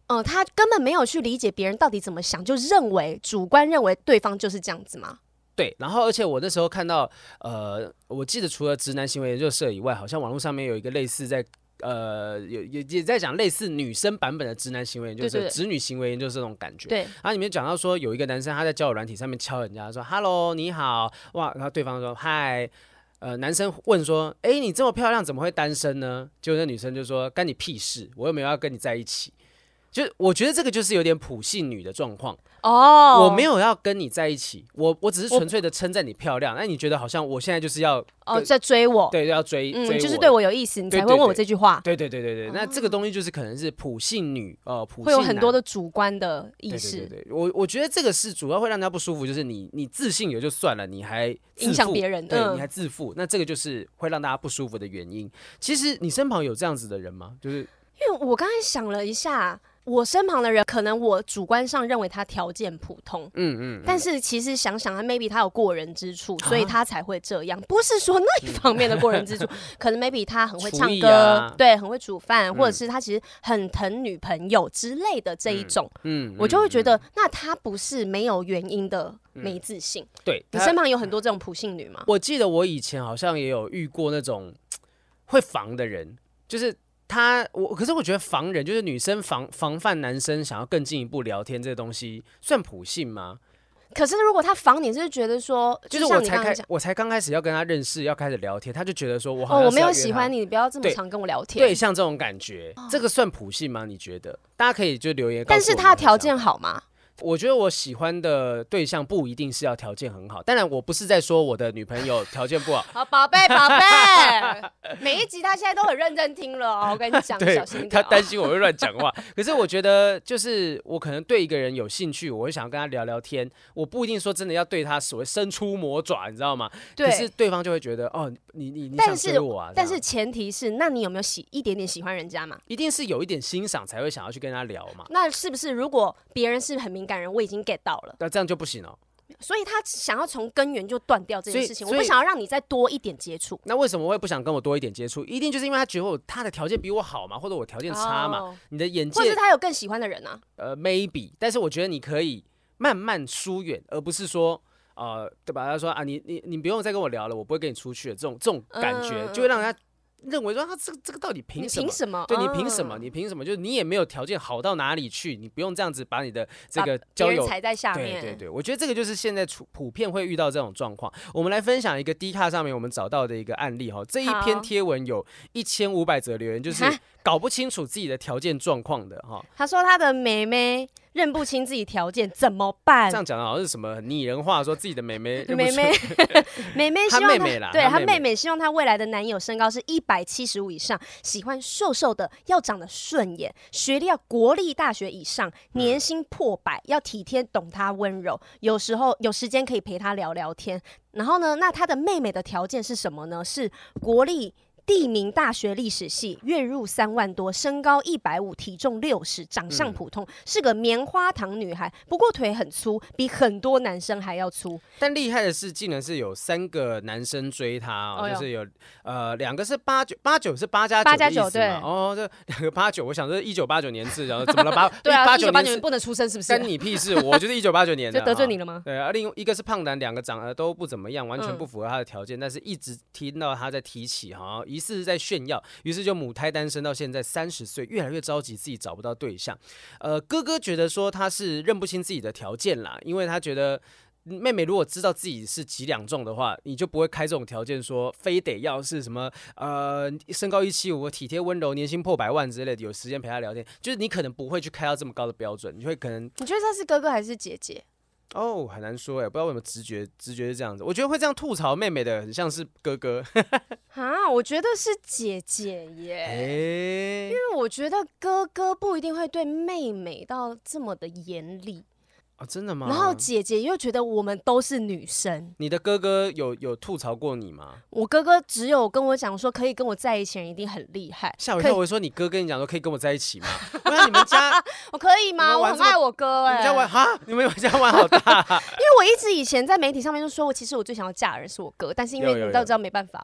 呃，他根本没有去理解别人到底怎么想，就认为主观认为对方就是这样子吗？ 对，然后而且我那时候看到，呃，我记得除了直男行为研究社以外，好像网络上面有一个类似在。呃，也也也在讲类似女生版本的直男行为研究社、直女行为研究社这种感觉。 对， 然后里面讲到说，有一个男生他在交友软体上面敲人家说 “hello， 你好”，哇，然后对方说 “hi”， 呃，男生问说：“哎，你这么漂亮，怎么会单身呢？”结果那女生就说：“干你屁事，我又没有要跟你在一起。”就我觉得这个就是有点普信女的状况哦， oh, 我没有要跟你在一起，我我只是纯粹的称赞你漂亮，那你觉得好像我现在就是要哦、 oh, 在追我， 对，要追， 嗯， 追我就是对我有意思，你才会问我这句话， 对对对对对，那这个东西就是可能是普信女呃，普信会有很多的主观的意识， 对对对对，我我觉得这个是主要会让人家不舒服，就是你你自信有就算了，你还影响别人， 对， 嗯、 你还自负，那这个就是会让大家不舒服的原因。其实你身旁有这样子的人吗？就是因为我刚才想了一下。我身旁的人，可能我主观上认为他条件普通，嗯 嗯, 嗯，但是其实想想他 ，maybe 他有过人之处，所以他才会这样。不是说那一方面的过人之处，可能 maybe 他很会唱歌，啊、对，很会煮饭，嗯、或者是他其实很疼女朋友之类的这一种，嗯，嗯我就会觉得，那他不是没有原因的没自信。嗯、 对， 你身旁有很多这种普信女吗？ 我记得我以前好像也有遇过那种会防的人，就是。他我可是我觉得防人就是女生防防范男生想要更进一步聊天这个东西算普信吗？ 可是如果他防你，是觉得说， 就是我才开我才刚开始要跟他认识，要开始聊天，他就觉得说我好像、哦、我没有喜欢你，你不要这么常跟我聊天。 对，像这种感觉，哦、这个算普信吗？你觉得？大家可以就留言告诉我。 但是他的条件好吗？ 我觉得我喜欢的对象不一定是要条件很好，当然我不是在说我的女朋友条件不好。 好，宝贝宝贝，每一集他现在都很认真听了哦，我跟你讲，小心一点、哦。 他担心我会乱讲话，可是我觉得就是我可能对一个人有兴趣，我会想要跟他聊聊天，我不一定说真的要对他所谓伸出魔爪，你知道吗？对。可是对方就会觉得哦，你你你想追我啊？ 但是但是前提是，那你有没有喜一点点喜欢人家嘛？ 一定是有一点欣赏才会想要去跟他聊嘛。 那是不是如果别人是很敏感人，我已经 get 到了， 那这样就不行哦。 所以他想要从根源就断掉这件事情，我不想要让你再多一点接触。 那为什么会不想跟我多一点接触？一定就是因为他觉得我他的条件比我好嘛，或者我条件差嘛。Oh, 你的眼界， 或是他有更喜欢的人啊？ 呃 ，maybe， 但是我觉得你可以慢慢疏远，而不是说呃，对吧？他说啊，你你你不用再跟我聊了，我不会跟你出去的这种这种感觉，嗯、就会让人家认为说他这个这个到底凭什么？ 凭什么？ 对，你凭什么？你凭什么？就是你也没有条件好到哪里去，你不用这样子把你的这个交友踩在下面。 对对对，我觉得这个就是现在普遍会遇到这种状况。我们来分享一个 D 卡上面我们找到的一个案例哈，这一篇贴文有一千五百则留言，就是搞不清楚自己的条件状况的哈。 他说他的妹妹认不清自己条件怎么办？ 这样讲的好像是什么拟人化，说自己的妹妹妹妹妹妹希望她妹妹啦， 对她妹妹妹希望她未来的男友身高是一百七十五以上，喜欢瘦瘦的，要长得顺眼，学历要国立大学以上，年薪破百，要体贴懂她温柔，有时候有时间可以陪她聊聊天。然后呢，那她的妹妹的条件是什么呢？是国立地名大学历史系，月入三万多，身高一百五，体重六十，长相普通，嗯、是个棉花糖女孩，不过腿很粗，比很多男生还要粗。 但厉害的是，竟然是有三个男生追她、哦，哦、就是有呃两个是八九八九是八加九的意思嘛？哦，这两个八九，我想这一九八九年次，然后怎么了八？ 对啊， 一九八九年不能出生是不是？ 干你屁事！我就是一九八九年的， 就得罪你了吗？ 对啊，另一个是胖男，两个长得都不怎么样，完全不符合他的条件，嗯、但是一直听到他在提起，好像疑似是在炫耀。于是就母胎单身到现在三十岁，越来越着急自己找不到对象。呃，哥哥觉得说他是认不清自己的条件啦，因为他觉得妹妹如果知道自己是几两重的话，你就不会开这种条件说非得要是什么呃身高一七五，体贴温柔，年薪破百万之类的，有时间陪他聊天，就是你可能不会去开到这么高的标准，你会可能你觉得他是哥哥还是姐姐？ 哦，很难说哎，不知道为什么直觉直觉是这样子。我觉得会这样吐槽妹妹的，很像是哥哥。 啊，我觉得是姐姐耶，欸、因为我觉得哥哥不一定会对妹妹到这么的严厉。 哦，真的吗？ 然后姐姐又觉得我们都是女生。 你的哥哥有有吐槽过你吗？ 我哥哥只有跟我讲说，可以跟我在一起的人一定很厉害。 吓我一跳，我说你哥跟你讲说可以跟我在一起吗？那你们家我可以吗？我很爱我哥哎、欸。 你们家玩哈？你们家玩好大、啊。因为我一直以前在媒体上面就说，我其实我最想要嫁的人是我哥，但是因为你都知道没办法嘛。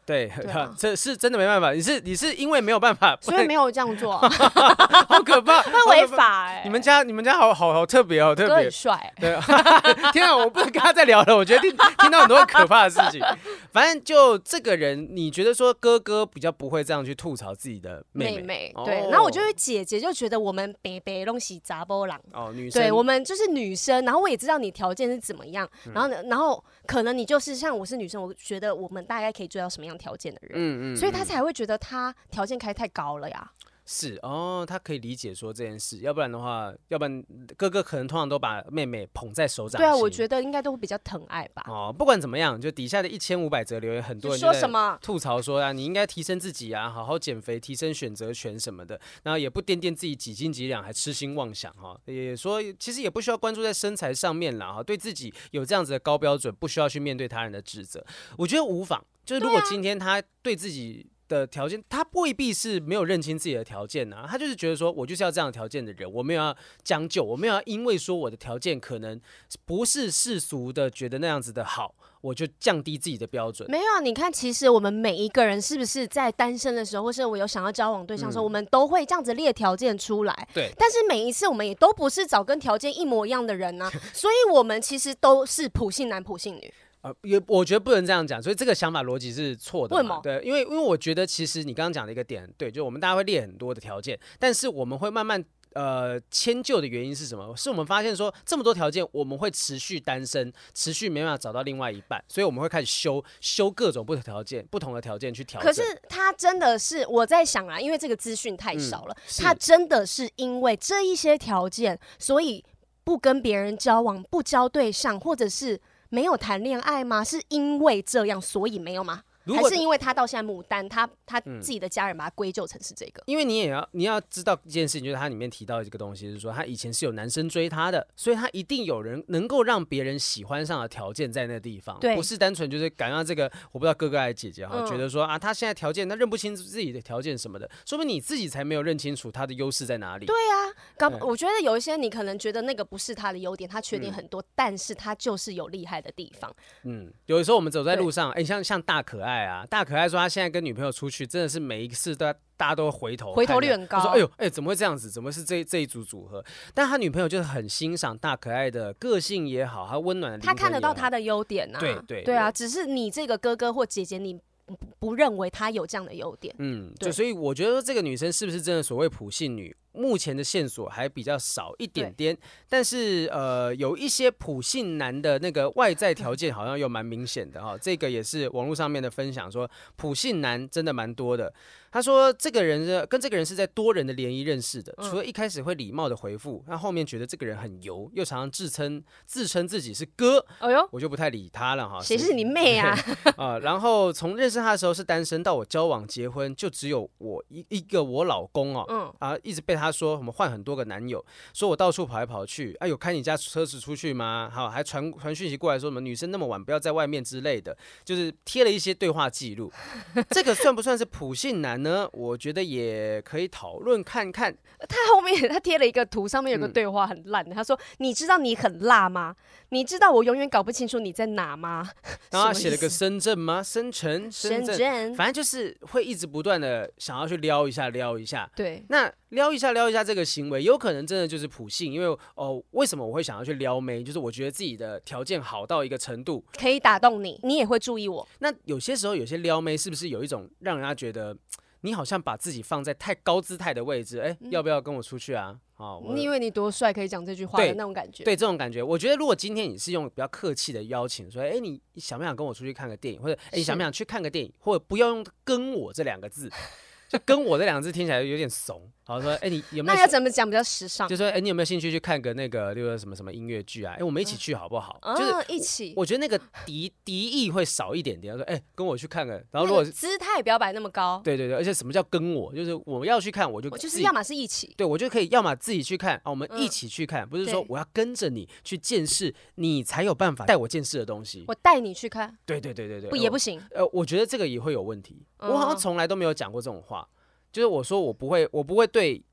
对， 对啊这是真的没办法。你是你是因为没有办法， 所以没有这样做， 好可怕， 会违法哎、欸。 你们家你们家好好好特别好特别， 哥很帅、欸。 对，天啊，我不能跟他再聊了，我觉得听听到很多很可怕的事情。反正就这个人，你觉得说哥哥比较不会这样去吐槽自己的妹妹， 妹妹对，哦、然后我就会姐姐就觉得我们北北东西杂波郎哦，女生， 对我们就是女生，然后我也知道你条件是怎么样，嗯、然后呢，然后可能你就是像我是女生，我觉得我们大概可以追到什么样条件的人，嗯嗯，所以他才会觉得他条件开太高了呀。 是哦，他可以理解说这件事，要不然的话，要不然哥哥可能通常都把妹妹捧在手掌心。 对啊，我觉得应该都会比较疼爱吧。 哦，不管怎么样，就底下的一千五百则留言，很多人就在吐槽说啊，你应该提升自己啊，好好减肥，提升选择权什么的，然后也不掂掂自己几斤几两，还痴心妄想哈、哦。也说其实也不需要关注在身材上面啦，哈，对自己有这样子的高标准，不需要去面对他人的指责。我觉得无妨，就是如果今天他对自己的条件，他未必是没有认清自己的条件啊，他就是觉得说我就是要这样的条件的人，我没有要将就，我没有要因为说我的条件可能不是世俗的觉得那样子的好，我就降低自己的标准。 没有啊，你看，其实我们每一个人是不是在单身的时候，或是我有想要交往对象的时候，嗯、我们都会这样子列条件出来。 对， 但是每一次我们也都不是找跟条件一模一样的人啊，所以我们其实都是普信男普信女。 呃，也我觉得不能这样讲，所以这个想法逻辑是错的嘛。 为什么？ 对，因为因为我觉得其实你刚刚讲的一个点，对，就我们大家会列很多的条件，但是我们会慢慢呃迁就的原因是什么？是我们发现说这么多条件，我们会持续单身，持续没办法找到另外一半，所以我们会开始修修各种不同条件，不同的条件去调整。 可是他真的是我在想啊，因为这个资讯太少了，嗯、他真的是因为这一些条件，所以不跟别人交往，不交对象，或者是没有谈恋爱吗？是因为这样所以没有吗？还是因为他到现在牡丹，他他自己的家人把他归咎成是这个？ 因为你也要你要知道一件事情，就是他里面提到的这个东西，就是说他以前是有男生追他的，所以他一定有人能够让别人喜欢上的条件在那个地方，不是单纯就是感到这个我不知道哥哥还是姐姐哈，嗯、觉得说啊他现在条件他认不清自己的条件什么的，说明你自己才没有认清楚他的优势在哪里。 对啊，刚我觉得有一些你可能觉得那个不是他的优点，他缺点很多，嗯、但是他就是有厉害的地方。 嗯，有的时候我们走在路上，哎，像像大可爱啊，大可爱说他现在跟女朋友出去，真的是每一次都大家都会回头， 回头率很高。 说哎呦，哎、欸，怎么会这样子？怎么是这这一组组合？但他女朋友就是很欣赏大可爱的个性也好，他温暖的灵魂也好， 他看得到他的优点啊。 对对对啊，只是你这个哥哥或姐姐，你不认为他有这样的优点。 嗯，就所以我觉得这个女生是不是真的所谓普信女？目前的线索还比较少一点点，但是呃，有一些普信男的那个外在条件好像又蛮明显的哈、哦。这个也是网络上面的分享说，普信男真的蛮多的。他说这个人是跟这个人是在多人的联谊认识的，除了一开始会礼貌的回复，那后面觉得这个人很油，又常常自称自称自己是哥，哎呦，我就不太理他了哈。 谁是你妹啊？ 啊、呃，然后从认识他的时候是单身，到我交往结婚，就只有我一一个我老公哦，嗯啊，一直被他说我们换很多个男友，说我到处跑来跑去，哎、啊、有开你家车子出去吗？好，还传传讯息过来说什么女生那么晚不要在外面之类的，就是贴了一些对话记录。这个算不算是普信男呢？我觉得也可以讨论看看。 他后面他贴了一个图，上面有个对话很烂的，嗯、他说：“你知道你很辣吗？你知道我永远搞不清楚你在哪吗？” 然后他写了个深圳吗？深圳，深圳，深圳反正就是会一直不断的想要去撩一下，撩一下。 对， 那撩一下，撩一下这个行为，有可能真的就是普信，因为哦，为什么我会想要去撩妹？就是我觉得自己的条件好到一个程度， 可以打动你，你也会注意我。 那有些时候，有些撩妹是不是有一种让人家觉得？你好像把自己放在太高姿态的位置，哎、欸，嗯、要不要跟我出去啊？哦， 你以为你多帅可以讲这句话的那种感觉？ 对，这种感觉，我觉得如果今天你是用比较客气的邀请，说，哎、欸，你想不想跟我出去看个电影？或者，哎、欸，你想不想去看个电影？或者不要用“跟我”这两个字，就“跟我”这两个字听起来有点怂。好说，哎、欸，你有没有？ 那要怎么讲比较时尚？ 就说，哎、欸，你有没有兴趣去看个那个，例如什么什么音乐剧啊？哎、欸，我们一起去好不好？ 嗯、 就是一起。 我觉得那个敌敌意会少一点点。说，哎、欸，跟我去看个，然后如果是、 那個、姿态不要摆那么高。 对对对，而且什么叫跟我？就是我要去看，我就我就是要么是一起， 对我就可以，要么自己去看啊，我们一起去看，嗯、不是说我要跟着你去见识，你才有办法带我见识的东西。 我带你去看。 对对对对对， 不也不行。 呃，我觉得这个也会有问题。嗯、我好像从来都没有讲过这种话。就是我说我不会，我不会对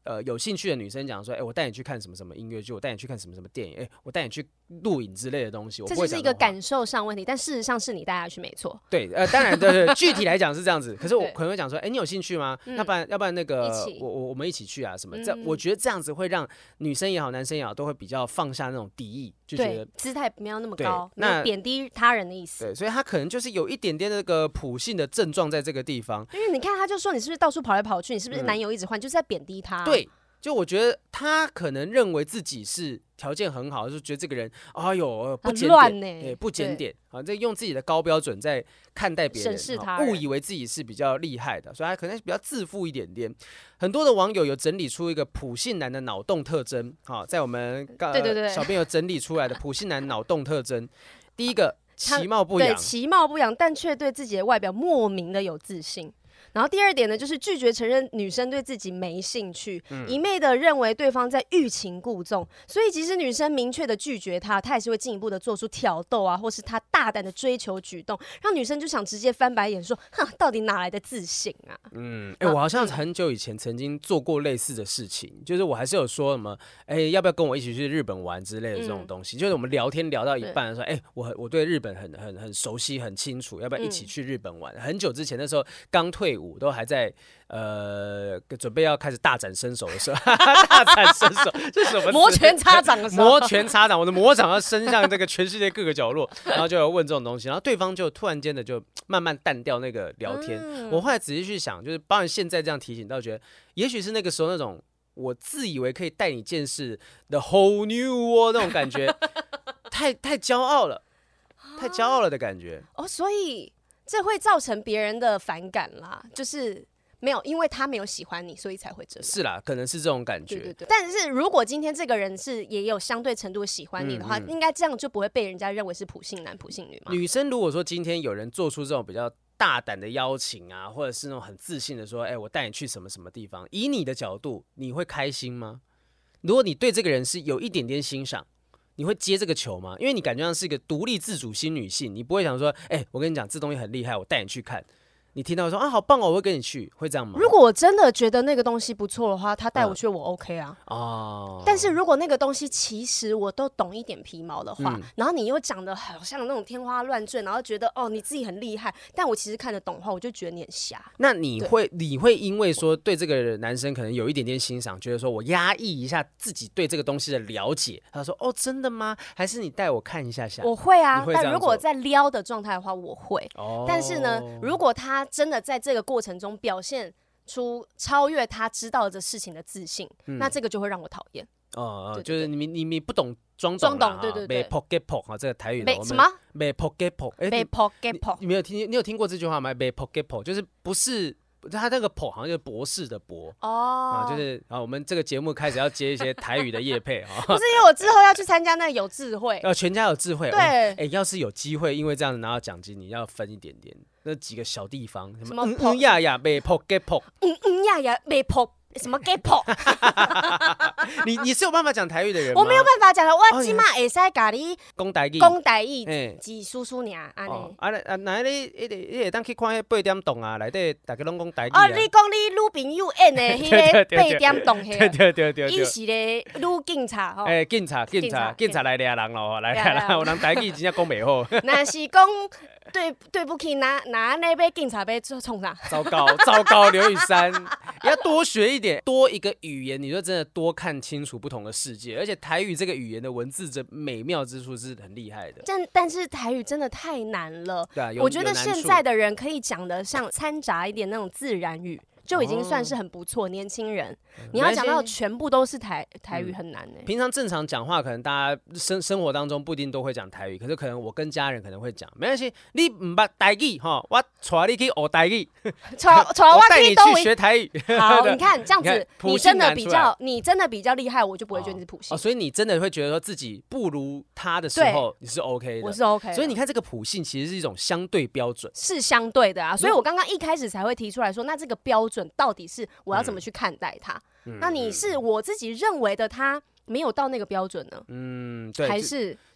呃有兴趣的女生讲说，哎、欸，我带你去看什么什么音乐剧，我带你去看什么什么电影，哎、欸，我带你去录影之类的东西，我不会讲这就是一个感受上问题，但事实上是你带他去没错。 对，呃，当然对对，具体来讲是这样子，可是我可能会讲说，哎、欸，你有兴趣吗？要、嗯、不然要不然那个我我我们一起去啊什么？这、嗯、我觉得这样子会让女生也好，男生也好，都会比较放下那种敌意，就觉得姿态没有那么高，那贬低他人的意思。 对，所以他可能就是有一点点那个普性的症状在这个地方。 因为你看，他就说你是不是到处跑来跑去，你是不是男友一直换，嗯、就是在贬低他。 对。就我觉得他可能认为自己是条件很好，就觉得这个人哎呦不检点，欸、不检点啊，这用自己的高标准在看待别人， 审视他人， 误以为自己是比较厉害的，所以他可能比较自负一点点。很多的网友有整理出一个普信男的脑洞特征，好，在我们对对对小编有整理出来的普信男脑洞特征，第一个其貌不扬， 对，其貌不扬，但却对自己的外表莫名的有自信。然后第二点呢，就是拒绝承认女生对自己没兴趣，嗯、一昧的认为对方在欲擒故纵，所以即使女生明确的拒绝他，他也是会进一步的做出挑逗啊，或是他大胆的追求举动，让女生就想直接翻白眼说：“哼，到底哪来的自信啊？” 嗯，哎、欸，我好像很久以前曾经做过类似的事情，就是我还是有说什么，哎、欸，要不要跟我一起去日本玩之类的这种东西，嗯、就是我们聊天聊到一半说，哎、欸，我我对日本很很很熟悉很清楚，要不要一起去日本玩？嗯、很久之前那时候刚退伍。都还在呃准备要开始大展身手的时候，大展身手这是什么？ 摩拳擦掌的时候， 摩拳擦掌，我的魔掌要伸向这个全世界各个角落，然后就有问这种东西，然后对方就突然间的就慢慢淡掉那个聊天。嗯、我后来仔细去想，就是包含现在这样提醒到，觉得也许是那个时候那种我自以为可以带你见识 the whole new world 那种感觉，太太骄傲了，太骄傲了的感觉。 哦，所以。这会造成别人的反感啦，就是没有，因为他没有喜欢你，所以才会这样。 是啦，可能是这种感觉。 对对对。但是如果今天这个人是也有相对程度喜欢你的话，嗯嗯应该这样就不会被人家认为是普信男、普信女嘛。 女生如果说今天有人做出这种比较大胆的邀请啊，或者是那种很自信的说，哎、欸，我带你去什么什么地方，以你的角度，你会开心吗？如果你对这个人是有一点点欣赏。你会接这个球吗？因为你感觉上是一个独立自主新女性，你不会想说，哎、欸，我跟你讲，这东西很厉害，我带你去看。你听到说啊，好棒哦，我会跟你去，会这样吗？ 如果我真的觉得那个东西不错的话，他带我去，我 OK 啊。 哦、嗯。 但是如果那个东西其实我都懂一点皮毛的话，嗯、然后你又讲的好像那种天花乱坠，然后觉得哦你自己很厉害，但我其实看得懂的话，我就觉得你很瞎。 那你会你会因为说对这个男生可能有一点点欣赏，觉得说我压抑一下自己对这个东西的了解，他说哦真的吗？还是你带我看一下下？ 我会啊，会但如果在撩的状态的话，我会。哦。但是呢，如果他真的在这个过程中表现出超越他知道的事情的自信，嗯、那这个就会让我讨厌。 哦、呃，就是你你你不懂装懂，装懂，对对对。 被 pocket poke 啊，这个台语的什么？ 被 pocket poke， 被 pocket poke， 你没有听？你有聽過這句話嗎？被 pocket poke 就是不是。他那個 po 好像就是博士的博哦、啊，就是啊，我們這個節目開始要接一些台語的業配啊。 不是因為我之後要去參加那個有智慧， 要全家有智慧。 對， 哎、哦欸，要是有機會，因為這樣子拿到獎金，你要分一點點。那幾個小地方，什麼嗯嗯呀呀被 pocket poke， 嗯嗯呀呀被 poke。什麼 get po？ 你你是有辦法講台語的人嗎？ 我沒有辦法講的，我起碼會使甲你講台語， 講台語，只叔叔爾安尼。 啊啊，那你一你會當去看迄八點檔啊，內底大家攏講台語。 哦，你講你女朋友演的迄個八點檔迄個， 對對對對， 伊是咧女警察吼。 誒，警察警察警察來抓人咯，來抓人，有人台語真正講袂好。 那是講對對不起，哪哪那被警察被衝啥？ 糟糕糟糕，劉雨珊，要多學一點。多一個語言，你就真的多看清楚不同的世界，而且台語這個語言的文字的美妙之處是很厲害的。 但但是台語真的太難了， 對啊， 我覺得現在的人可以講得像摻雜一點那種自然語。就已經算是很不錯，年輕人，你要講到全部都是台台語很難呢、欸嗯。 平常正常講話，可能大家生生活當中不一定都會講台語，可是可能我跟家人可能會講，沒關係，你唔捌台語哈，我帶你去學台語，我帶你去學台語。 好，你看這樣子，你，你真的比較，你真的比較厲害，我就不會覺得你是普信、 哦哦。所以你真的會覺得說自己不如他的時候，你是 OK 的。 我是 OK。 所以你看這個普信其實是一種相對標準， 是相對的啊。所以我剛剛一開始才會提出來說，那這個標準到底是我要怎麼去看待他？嗯、那你是我自己認為的他沒有到那個標準呢？ 嗯，對， 還是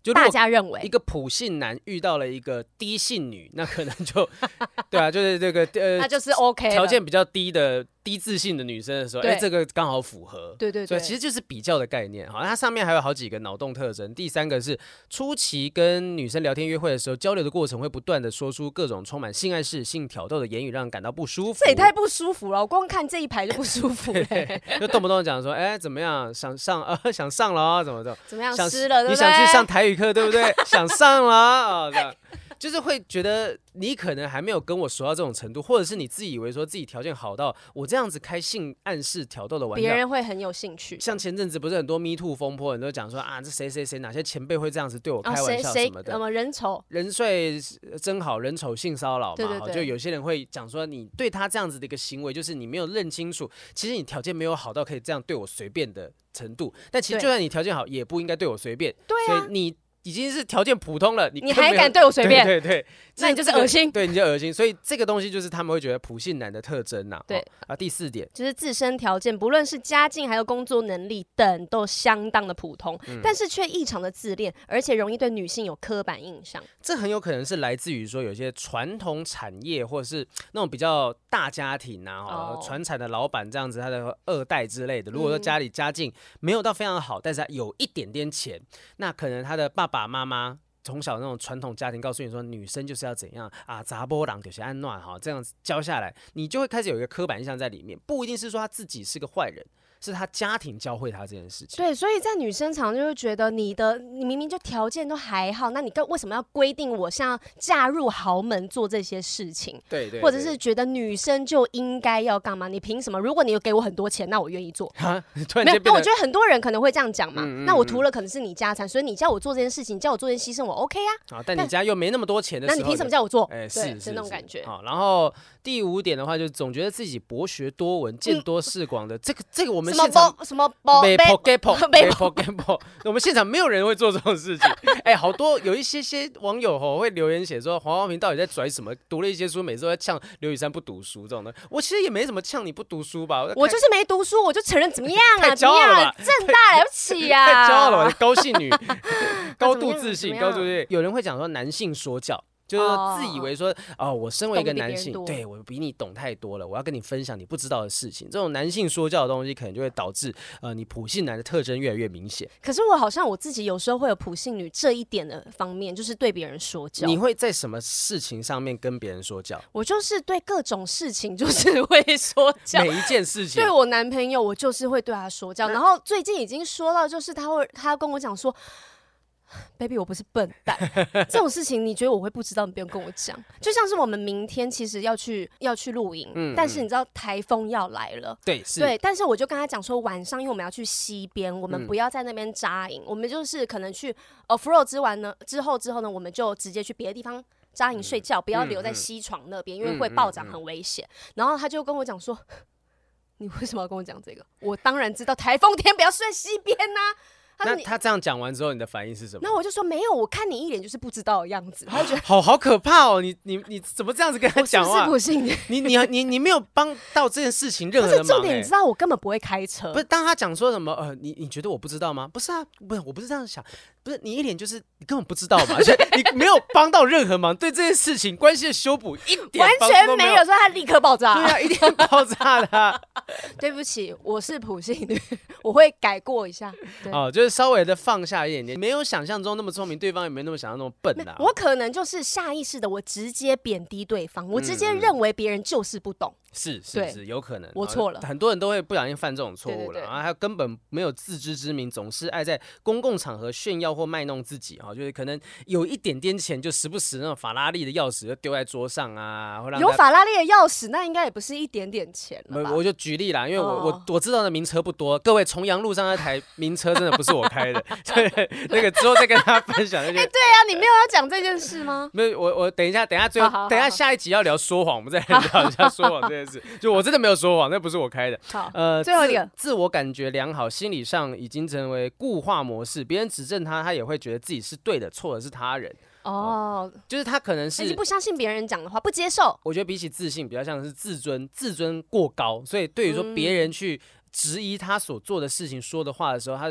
就大家认为一个普信男遇到了一个低信女，那可能就对啊，就是这个呃， 那就是 OK 条件比较低的低自信的女生的时候，哎，这个刚好符合。 对对对， 所以其实就是比较的概念。好，它上面还有好几个脑洞特征。第三个是初期跟女生聊天约会的时候，交流的过程会不断的说出各种充满性暗示、性挑逗的言语，让人感到不舒服。 这也太不舒服了，我光看这一排就不舒服了、欸。 就动不动讲说，哎，怎么样，想上啊、呃，想上了啊，怎么的？ 怎么样，湿了，对不对？ 你想去上台语课，对不对？想上了啊，这样。就是会觉得你可能还没有跟我熟到这种程度，或者是你自己以为说自己条件好到我这样子开性暗示挑逗的玩笑， 别人会很有兴趣。 像前阵子不是很多 Me Too 风波，很多讲说啊，这谁谁谁哪些前辈会这样子对我开玩笑什么的， 什么人丑人帅真好，人丑性骚扰嘛， 对对对， 就有些人会讲说你对他这样子的一个行为，就是你没有认清楚，其实你条件没有好到可以这样对我随便的程度，但其实就算你条件好，也不应该对我随便。 对啊， 所以你已经是条件普通了，你你还敢对我随便？ 对对对， 那你就是恶心， 对，你就恶心。所以这个东西就是他们会觉得普信男的特征呐、啊。 对、 哦、啊，第四点就是自身条件，不论是家境还有工作能力等，都相当的普通，嗯、但是却异常的自恋，而且容易对女性有刻板印象。 这很有可能是来自于说有些传统产业或者是那种比较大家庭啊，哦，传产的老板这样子，他的二代之类的。如果说家里家境没有到非常好，但是他有一点点钱，那可能他的爸爸妈妈。从小那种传统家庭告诉你说，女生就是要怎样啊，查某人就是安暖哈，这样子教下来，你就会开始有一个刻板印象在里面，不一定是说他自己是个坏人。是他家庭教会他这件事情。 对，所以在女生常就会觉得你的你明明就条件都还好，那你为什么要规定我像嫁入豪门做这些事情？ 对 对, 对， 或者是觉得女生就应该要干嘛？你凭什么？如果你有给我很多钱，那我愿意做。 突然间没有，那我觉得很多人可能会这样讲嘛。 嗯嗯嗯， 那我图了可能是你家产，所以你叫我做这件事情，叫我做这件牺牲，我 OK 啊。 啊，但你家又没那么多钱的时候， 那你凭什么叫我做？ 哎， 是是是那种感觉。 好，然后第五点的话，就是总觉得自己博学多闻、见多识广的。这个这个我们现场什么？ 没 Pokeball， 没 Pokeball， 我们现场没有人会做这种事情。哎、欸，好多有一些些网友吼会留言写说黄浩平到底在拽什么？读了一些书，每次都在呛刘雨珊不读书这种的。我其实也没什么呛你不读书吧， 我就是没读书，我就承认怎么样啊？ 太骄傲了吧？ 正大了不起呀、啊！ 太骄傲了吧？高兴女，高度自信，高度自信。有人会讲说男性说教。就是自以为说哦，我身为一个男性，对我比你懂太多了，我要跟你分享你不知道的事情。这种男性说教的东西，可能就会导致呃你普信男的特征越来越明显。 可是我好像我自己有时候会有普信女这一点的方面，就是对别人说教。 你会在什么事情上面跟别人说教？ 我就是对各种事情就是会说教， 每一件事情。 对我男朋友，我就是会对他说教。然后最近已经说到，就是他会他跟我讲说。Baby， 我不是笨蛋，这种事情你觉得我会不知道？你不用跟我讲。就像是我们明天其实要去要去露营，嗯、但是你知道台风要来了， 对，是， 对。但是我就跟他讲说，晚上因为我们要去西边，我们不要在那边扎营，嗯、我们就是可能去 off road 之完呢之后之后呢，我们就直接去别的地方扎营睡觉，嗯、不要留在西床那边，嗯、因为会暴涨，很危险。嗯、然后他就跟我讲说，你为什么要跟我讲这个？我当然知道台风天不要睡西边呐、啊。 那他这样讲完之后，你的反应是什么？ 那我就说没有，我看你一脸就是不知道的样子，他就觉得好好可怕哦！你你你怎么这样子跟他讲话？ 我是不是不信你你你你没有帮到这件事情任何的忙、欸。 不是重点，你知道我根本不会开车。 不是，当他讲说什么呃，你你觉得我不知道吗？不是啊，不是，我不是这样想，不是你一脸就是你根本不知道嘛，而且你没有帮到任何忙，对这件事情关系的修补一点完全没有，所以他立刻爆炸。 对啊，一定爆炸的、啊。 对不起，我是普信女，我会改过一下。 哦，就是稍微的放下一点点，没有想象中那么聪明，对方也没那么想象那么笨啦、啊。 我可能就是下意识的，我直接贬低对方，我直接认为别人就是不懂。 是是是，有可能我错了， 很多人都会不小心犯这种错误了， 然后他根本没有自知之明，总是爱在公共场合炫耀或卖弄自己啊，就是可能有一点点钱，就时不时那种法拉利的钥匙就丢在桌上啊， 有法拉利的钥匙，那应该也不是一点点钱了吧？ 我就举例啦，因为我、哦、我我知道的名车不多，各位重阳路上那台名车真的不是我开的，对，那个之后再跟大家分享。哎、 欸，对啊，你没有要讲这件事吗？ 没有，我我等一下，等一下最后， 好好好等一下下一集要聊说谎，我们再聊一下说谎这件事。就我真的没有说谎，那不是我开的。 好， 呃， 最后一个， 自我感觉良好，心理上已经成为固化模式，别人指正他，他也会觉得自己是对的，错的是他人。 哦， 就是他可能是已经不相信别人讲的话，不接受。 我觉得比起自信，比较像是自尊，自尊过高，所以对于说别人去质疑他所做的事情、说的话的时候，他就觉得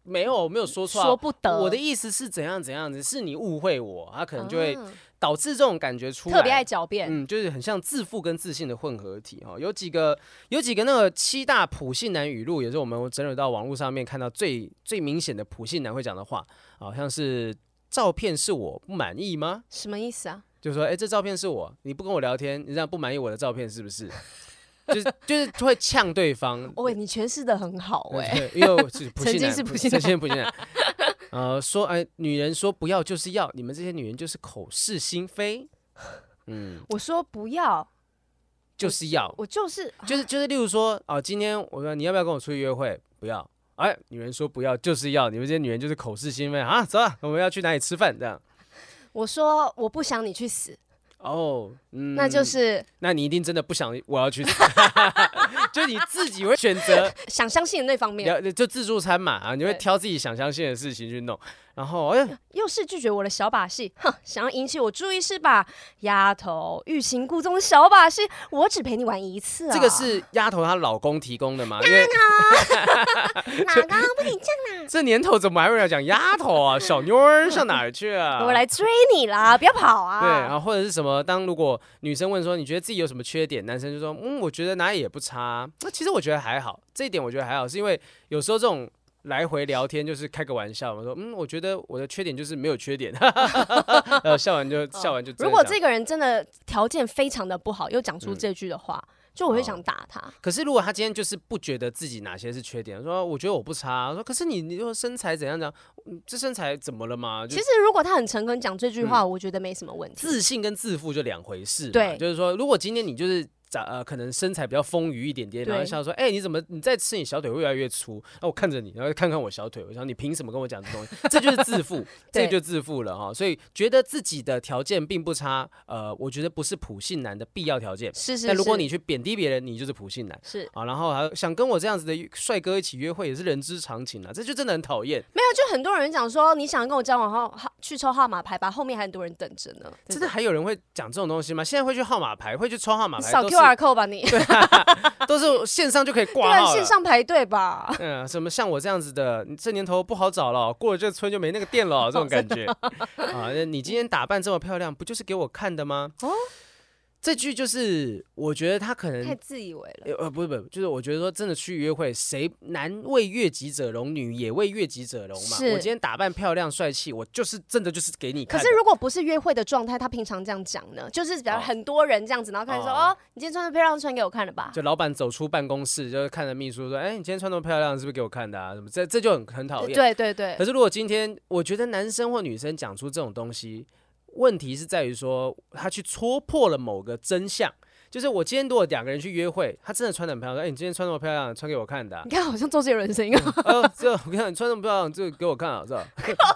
没有没有说错、啊， 说不得。 我的意思是怎样怎样子，是你误会我，他可能就会导致这种感觉出来， 特别爱狡辩， 嗯，就是很像自负跟自信的混合体哈。有几个有几个那个七大普信男语录，也是我们整理到网络上面看到最最明显的普信男会讲的话，好像是照片是我不满意吗？ 什么意思啊？ 就说哎、欸，这照片是我，你不跟我聊天，你这样不满意我的照片是不是？就是就是会呛对方。 喂，你诠释的很好哎、 欸，因为我是普信男， 曾经是普信男， 曾经是普信男。呃，说哎、欸，女人说不要就是要，你们这些女人就是口是心非。嗯， 我说不要， 就是要， 我, 我就是就是就是，例如说哦，今天我说你要不要跟我出去约会？不要。哎，女人说不要就是要，你们这些女人就是口是心非啊！走啊，我们要去哪里吃饭？这样。 我说我不想你去死。 哦，嗯， 那就是， 那你一定真的不想我要去死，就你自己会选择想相信的那方面， 就自助餐嘛啊，你会挑自己想相信的事情去弄，然后哎， 又是拒绝我的小把戏，哼，想要引起我注意是吧？丫头，欲擒故纵的小把戏，我只陪你玩一次啊！ 这个是丫头她老公提供的吗？因为老公不可以这样啦！ 这年头怎么还会来讲丫头啊？小妞儿上哪儿去啊？ 我来追你啦，不要跑啊！ 对，然后或者是什么？当如果女生问说你觉得自己有什么缺点，男生就说嗯，我觉得哪里也不差。那其实我觉得还好，这一点我觉得还好，是因为有时候这种来回聊天就是开个玩笑嘛，说嗯，我觉得我的缺点就是没有缺点，然后笑完就笑完就。 如果这个人真的条件非常的不好，又讲出这句的话。嗯，就我会想打他、哦， 可是如果他今天就是不觉得自己哪些是缺点，说我觉得我不差，说可是你你说身材怎样怎样，这身材怎么了嘛？ 其实如果他很诚恳讲这句话、嗯，我觉得没什么问题。 自信跟自负就两回事， 对， 就是说如果今天你就是呃可能身材比较丰腴一点点，然后想说哎、欸、你怎么你再吃你小腿会越来越粗，那我看着你，然后看看我小腿，我想你凭什么跟我讲这东西？这就是自负，这就自负了哈。所以觉得自己的条件并不差，呃，我觉得不是普信男的必要条件。 是是是。 但如果你去贬低别人，你就是普信男。 是啊，然后还想跟我这样子的帅哥一起约会，也是人之常情啊，这就真的很讨厌。 没有，就很多人讲说你想跟我交往后去抽号码牌吧，后面还很多人等着呢。 真的还有人会讲这种东西吗？现在会去号码牌，会去抽号码牌， 扫 Q R code 吧你。 对啊，都是线上就可以挂号了。 对，线上排队吧。 嗯，什么像我这样子的，你这年头不好找了，过了这村就没那个店了，这种感觉啊。你今天打扮这么漂亮，不就是给我看的吗？哦。这句就是我觉得他可能太自以为了， 呃，不是不是，就是我觉得说真的去约会，谁男为悦己者容，女也为悦己者容嘛。我今天打扮漂亮帅气，我就是真的就是给你看。 可是如果不是约会的状态，他平常这样讲呢，就是比如很多人这样子，然后看说 哦, 哦，你今天穿的漂亮，穿给我看了吧？ 就老板走出办公室，就是看着秘书说，哎、欸，你今天穿那么漂亮，是不是给我看的啊？什么这这就很很讨厌。 对对对。 可是如果今天我觉得男生或女生讲出这种东西，问题是在于说他去戳破了某个真相。就是我今天如果两个人去约会，他真的穿得很漂亮，哎、欸，你今天穿那么漂亮，穿给我看的、啊。 你看好像周杰伦声音啊。 呃，这我跟你讲，你穿那么漂亮，这个给我看啊，知道？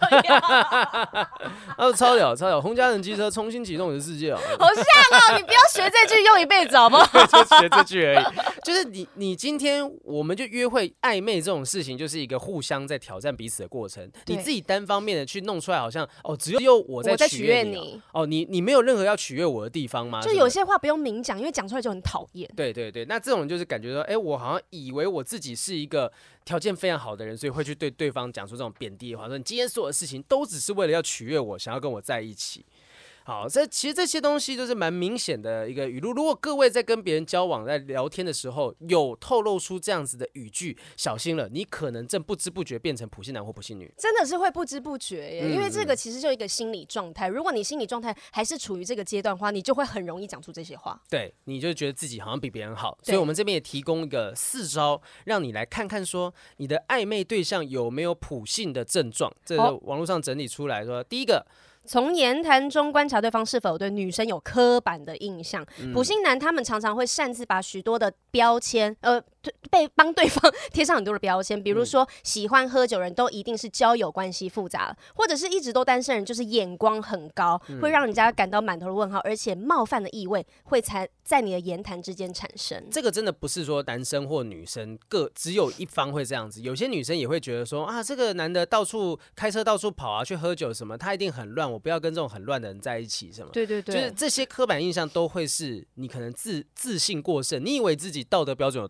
啊，超屌超屌！洪嘉诚机车重新启动你的世界啊！ 好像哦，你不要学这句用一辈子好不好？ 就学这句而已。就是你你今天我们就约会暧昧这种事情，就是一个互相在挑战彼此的过程。你自己单方面的去弄出来，好像哦，只有我在取悦你，你哦，你你没有任何要取悦我的地方吗？ 就有些话不用明讲。因为讲出来就很讨厌。 对对对，那这种就是感觉说，哎、欸，我好像以为我自己是一个条件非常好的人，所以会去对对方讲出这种贬低的话，说你今天所有的事情都只是为了要取悦我，想要跟我在一起。好，这其实这些东西就是蛮明显的一个语录。如果各位在跟别人交往、在聊天的时候，有透露出这样子的语句，小心了，你可能正不知不觉变成普信男或普信女。 真的是会不知不觉耶，嗯、因为这个其实就一个心理状态。如果你心理状态还是处于这个阶段的话，你就会很容易讲出这些话。 对，你就觉得自己好像比别人好。所以我们这边也提供一个四招，让你来看看说你的暧昧对象有没有普信的症状。这是网络上整理出来说，第一个。 从言谈中观察对方是否对女生有刻板的印象。嗯、普信男他们常常会擅自把许多的标签，呃，被帮对方贴上很多的标签，比如说、嗯、喜欢喝酒人都一定是交友关系复杂了，或者是一直都单身人就是眼光很高，嗯、会让人家感到满头的问号，而且冒犯的意味会才在你的言谈之间产生。 这个真的不是说男生或女生各只有一方会这样子，有些女生也会觉得说啊，这个男的到处开车到处跑啊，去喝酒什么，他一定很乱。我不要跟这种很乱的人在一起，什么？ 对对对， 就是这些刻板印象都会是你可能自自信过剩，你以为自己道德标准有多高，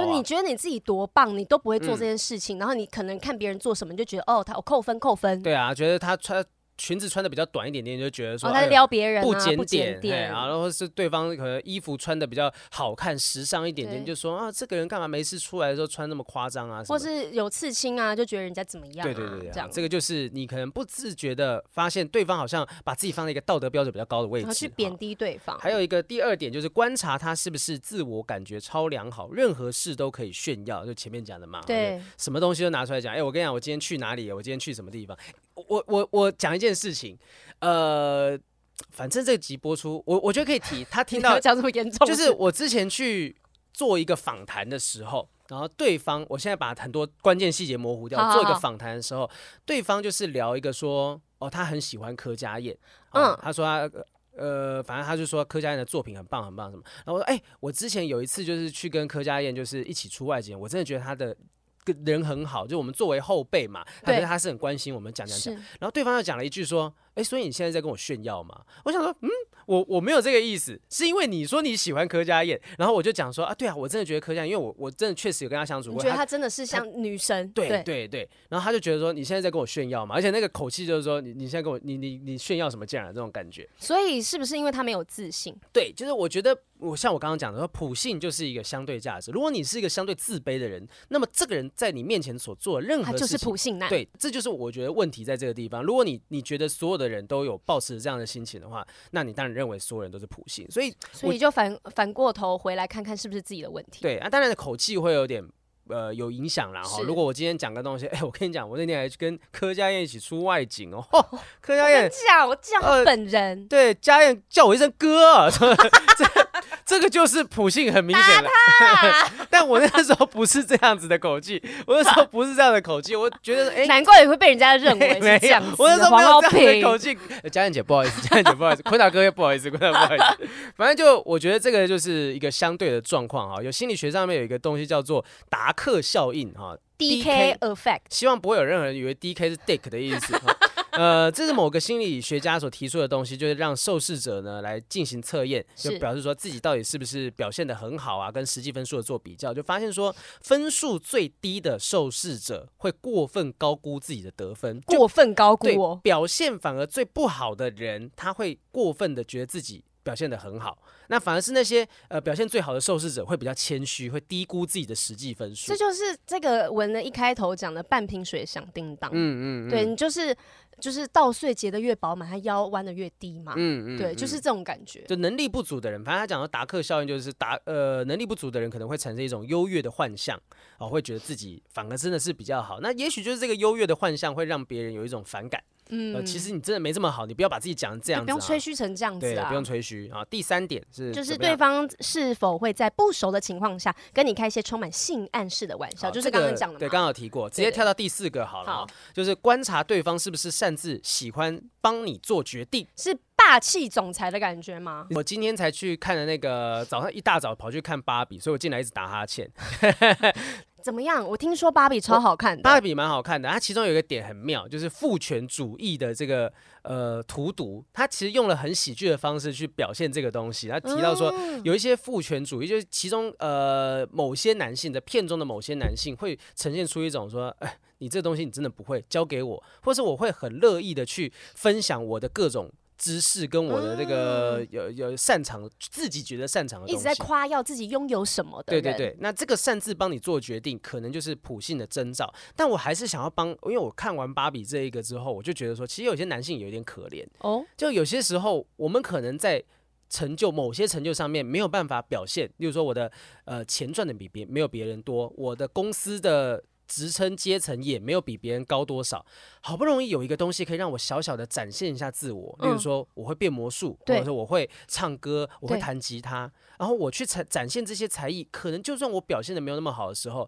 啊。 就你觉得你自己多棒，你都不会做这件事情，嗯、然后你可能看别人做什么，你就觉得哦，他我扣分扣分。 对啊，觉得他穿裙子穿的比较短一点点，就觉得说、 哦、他在撩别人、啊不检点， 点，然后或是对方可能衣服穿的比较好看、时尚一点点，就说啊，这个人干嘛没事出来的时候穿那么夸张啊？ 或是有刺青啊，就觉得人家怎么样、啊？ 对对对对、啊， 这样这个就是你可能不自觉的发现对方好像把自己放在一个道德标准比较高的位置， 然后去贬低对方。 还有一个第二点就是观察他是不是自我感觉超良好，任何事都可以炫耀，就前面讲的嘛， 对， 什么东西都拿出来讲。哎，我跟你讲，我今天去哪里？我今天去什么地方？我我我讲一件事情。呃，反正这个集播出，我我觉得可以提。他听到讲这么严重， 就是我之前去做一个访谈的时候，然后对方，我现在把很多关键细节模糊掉。 好好好， 做一个访谈的时候，对方就是聊一个说，哦，他很喜欢柯佳嬿，哦、嗯，他说他。呃，反正他就说柯佳嬿的作品很棒很棒什么，然后我说，哎、欸，我之前有一次就是去跟柯佳嬿就是一起出外景，我真的觉得他的人很好，就我们作为后辈嘛，他觉得他是很关心我们讲讲讲，然后对方又讲了一句说，哎、欸，所以你现在在跟我炫耀吗？我想说，嗯，我我没有这个意思，是因为你说你喜欢柯佳嬿，然后我就讲说啊，对啊，我真的觉得柯佳嬿，因为我我真的确实有跟他相处过， 你觉得她真的是像女神， 对对 对, 对，然后他就觉得说你现在在跟我炫耀嘛，而且那个口气就是说你你现在跟我你你你炫耀什么劲啊这种感觉， 所以是不是因为他没有自信？ 对，就是我觉得我像我刚刚讲的说，普信就是一个相对价值，如果你是一个相对自卑的人，那么这个人在你面前所做的任何事情，他就是普信男， 对，这就是我觉得问题在这个地方。如果你你觉得所有的人都有抱持这样的心情的话，那你当然认为所有人都是普信，所以所以就反反过头回来看看是不是自己的问题。 对啊，当然的口气会有点呃有影响啦哈。如果我今天讲个东西，哎、欸，我跟你讲，我那天还去跟柯佳嬿一起出外景哦，哦柯佳嬿讲我叫他本人、呃， 对，佳嬿叫我一声哥、啊，这这个就是普信很明显了。但我那时候不是这样子的口气，我那时候不是这样的口气，我觉得哎、欸， 难怪也会被人家认为是这样子。 我那时候没有这样的口气。佳嬿姐不好意思，佳嬿姐不好意思，坤达哥也不好意思，坤达不好意思。反正就我觉得这个就是一个相对的状况哈。有心理学上面有一个东西叫做达克效应哈 ，D K effect。 希望不会有任何人以为 D K 是 Dick 的意思。呃，这是某个心理学家所提出的东西，就是让受试者呢来进行测验，就表示说自己到底是不是表现得很好啊，跟实际分数的做比较，就发现说分数最低的受试者会过分高估自己的得分， 过分高估哦， 对，表现反而最不好的人，他会过分的觉得自己表现得很好，那反而是那些呃表现最好的受试者会比较谦虚，会低估自己的实际分数。 这就是这个文的一开头讲的半瓶水响叮当。嗯嗯, 嗯，对你就是就是稻穗结得越饱满，它腰弯得越低嘛。嗯嗯，对，就是这种感觉。 就能力不足的人，反正他讲的达克效应就是达呃能力不足的人可能会产生一种优越的幻象，哦，会觉得自己反而真的是比较好。那也许就是这个优越的幻象会让别人有一种反感。嗯、呃，其实你真的没这么好，你不要把自己讲成这样子、啊， 不用吹嘘成这样子啊， 对，不用吹嘘啊。第三点是， 就是对方是否会在不熟的情况下跟你开一些充满性暗示的玩笑，就是刚刚讲的嘛、 这个，对，刚刚有提过，直接跳到第四个好了，好，就是观察对方是不是擅自喜欢帮你做决定， 是霸气总裁的感觉吗？ 我今天才去看的那个，早上一大早跑去看芭比，所以我进来一直打哈欠。 怎么样？我听说芭比超好看的， 芭比蛮好看的。它其中有一个点很妙，就是父权主义的这个呃荼毒，它其实用了很喜剧的方式去表现这个东西。他提到说，有一些父权主义，就是其中呃某些男性的片中的某些男性会呈现出一种说，哎，你这东西你真的不会，交给我，或是我会很乐意的去分享我的各种知识跟我的这个、嗯、有有擅长自己觉得擅长的东西， 一直在夸耀自己拥有什么的人。对对对，那这个擅自帮你做决定，可能就是普信的征兆。但我还是想要帮，因为我看完芭比这一个之后，我就觉得说，其实有些男性有点可怜哦。就有些时候，我们可能在成就某些成就上面没有办法表现，例如说我的呃钱赚的比别没有别人多，我的公司的职称阶层也没有比别人高多少，好不容易有一个东西可以让我小小的展现一下自我，例如说我会变魔术，或者说我会唱歌，我会弹吉他，然后我去展展现这些才艺，可能就算我表现的没有那么好的时候，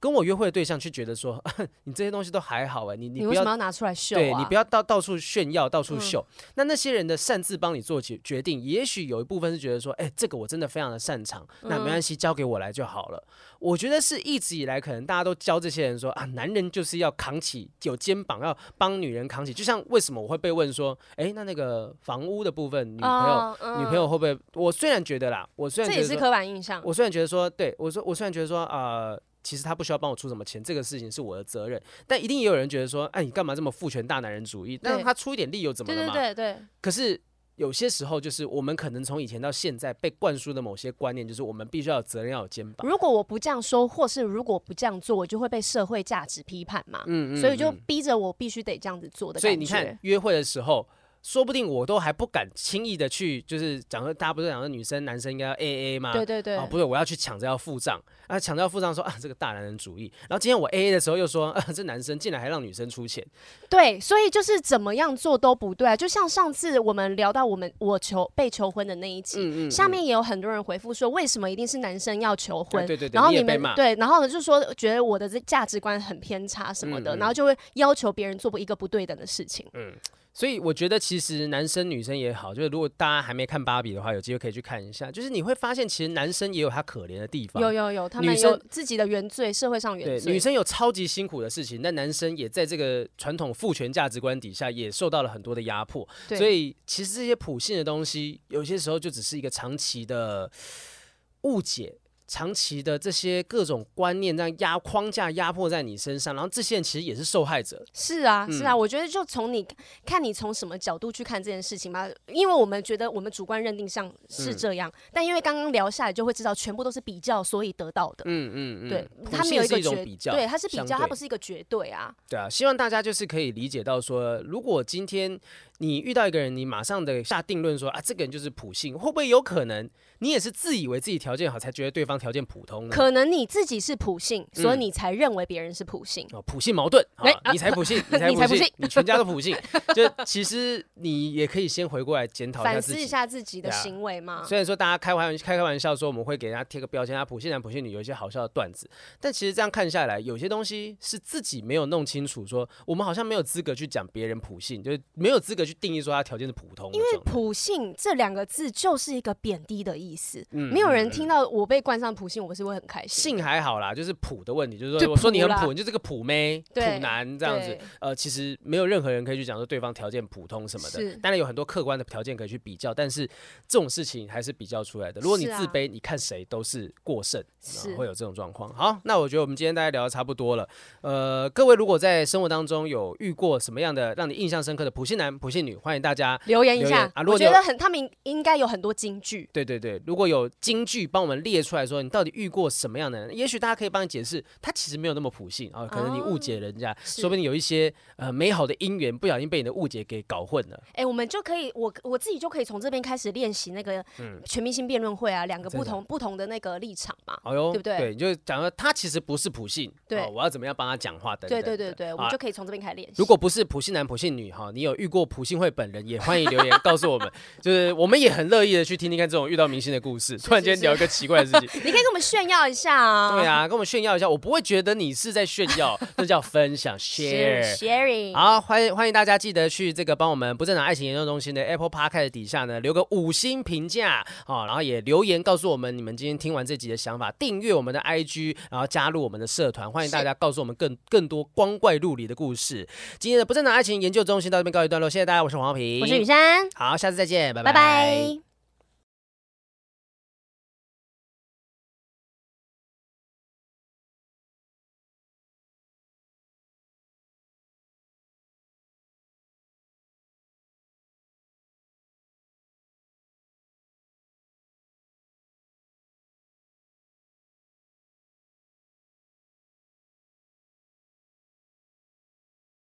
跟我约会的对象却觉得说，啊、你这些东西都还好哎，你你你为什么要拿出来秀啊？ 对你不要到到处炫耀、到处秀。嗯、那那些人的擅自帮你做决决定，也许有一部分是觉得说，哎，这个我真的非常的擅长，那没关系，交给我来就好了。我觉得是一直以来可能大家都教这些人说啊，男人就是要扛起，有肩膀，要帮女人扛起。就像为什么我会被问说，哎，那那个房屋的部分，女朋友、哦嗯、女朋友会不会？我虽然觉得啦，我虽然觉得这也是刻板印象。 我虽然觉得说，对我说，我虽然觉得说，呃。其实他不需要帮我出什么钱，这个事情是我的责任。但一定也有人觉得说，哎，你干嘛这么父权大男人主义？那他出一点力又怎么了嘛？ 对对对对。 可是有些时候，就是我们可能从以前到现在被灌输的某些观念，就是我们必须要有责任，要有肩膀。 如果我不这样说，或是如果不这样做，我就会被社会价值批判嘛。嗯嗯。所以就逼着我必须得这样子做的感觉。 所以你看，约会的时候。说不定我都还不敢轻易的去，就是讲说，大家不是讲说女生男生应该要 A A 吗？ 对对对， 哦，不是，我要去抢着要付账，啊，抢着要付账说啊，这个大男人主义。然后今天我 A A 的时候又说，啊，这男生竟然还让女生出钱。 对，所以就是怎么样做都不对啊。就像上次我们聊到我们我求被求婚的那一集，嗯嗯嗯下面也有很多人回复说，为什么一定是男生要求婚？ 对对对， 然后你们你对，然后呢就说觉得我的这价值观很偏差什么的，嗯嗯然后就会要求别人做一个不对等的事情。嗯。 所以我觉得其实男生女生也好，就是如果大家还没看芭比的话，有机会可以去看一下。就是你会发现，其实男生也有他可怜的地方。 有有有，他们有自己的原罪，社会上原罪。 对，女生有超级辛苦的事情，但男生也在这个传统父权价值观底下，也受到了很多的压迫。所以其实这些普信的东西，有些时候就只是一个长期的误解。长期的这些各种观念这样压框架压迫在你身上，然后这些人其实也是受害者。 是啊，嗯、是啊，我觉得就从你看你从什么角度去看这件事情吧，因为我们觉得我们主观认定上是这样，嗯、但因为刚刚聊下来就会知道，全部都是比较，所以得到的。嗯嗯嗯，对，它没有一个绝比较， 对，它是比较，它不是一个绝对啊。 对啊，希望大家就是可以理解到说，如果今天你遇到一个人，你马上的下定论说啊，这个人就是普信，会不会有可能你也是自以为自己条件好，才觉得对方条件普通呢？ 可能你自己是普信，所以你才认为别人是普信。 哦，普信矛盾，啊啊、你才普信，你才普信，你全家都普信。就其实你也可以先回过来检讨一下自己， 反思一下自己的行为嘛。 虽然说大家开玩开开玩笑说我们会给人家贴个标签，他普信男、普信女，有一些好笑的段子，但其实这样看下来，有些东西是自己没有弄清楚说，说我们好像没有资格去讲别人普信，就是没有资格去定义说他条件是普通的。 因为普信这两个字就是一个贬低的意思，嗯、没有人听到我被冠上普信，我是会很开心。 信还好啦，就是普的问题，就是说我说你很普，你就这个普妹、普男这样子。呃，其实没有任何人可以去讲说对方条件普通什么的。当然有很多客观的条件可以去比较，但是这种事情还是比较出来的。如果你自卑，啊、你看谁都是过剩，会有这种状况。好，那我觉得我们今天大概聊得差不多了。呃，各位如果在生活当中有遇过什么样的让你印象深刻的普信男、普信女，欢迎大家留言一下啊。我觉得很，他们应该有很多金句。 对对对，如果有金句帮我们列出来说，你到底遇过什么样的人？也许大家可以帮你解释，他其实没有那么普信啊，可能你误解人家，哦、说不定有一些呃美好的姻缘不小心被你的误解给搞混了。 哎、欸，我们就可以，我我自己就可以从这边开始练习那个全明星辩论会啊，两个不同不同的那个立场嘛， 哎呦， 对不对？ 对，你就讲说他其实不是普信，对、哦，我要怎么样帮他讲话等等。 对对对对，我们就可以从这边开始练习。 如果不是普信男、普信女哈，你有遇过普信会本人，也欢迎留言告诉我们，就是我们也很乐意的去听听看这种遇到明星的故事。突然间聊一个奇怪的事情， 你可以跟我们炫耀一下啊。 对啊，跟我们炫耀一下，我不会觉得你是在炫耀，这叫分享 share sharing。 好，欢迎欢迎大家记得去这个帮我们不正常爱情研究中心的 Apple Podcast 底下呢留个五星评价啊，然后也留言告诉我们你们今天听完这集的想法，订阅我们的 I G， 然后加入我们的社团，欢迎大家告诉我们更更多光怪陆离的故事。今天的不正常爱情研究中心到这边告一段落，谢谢大家，我是黄浩平， 我是雨珊， 好，下次再见，拜拜拜。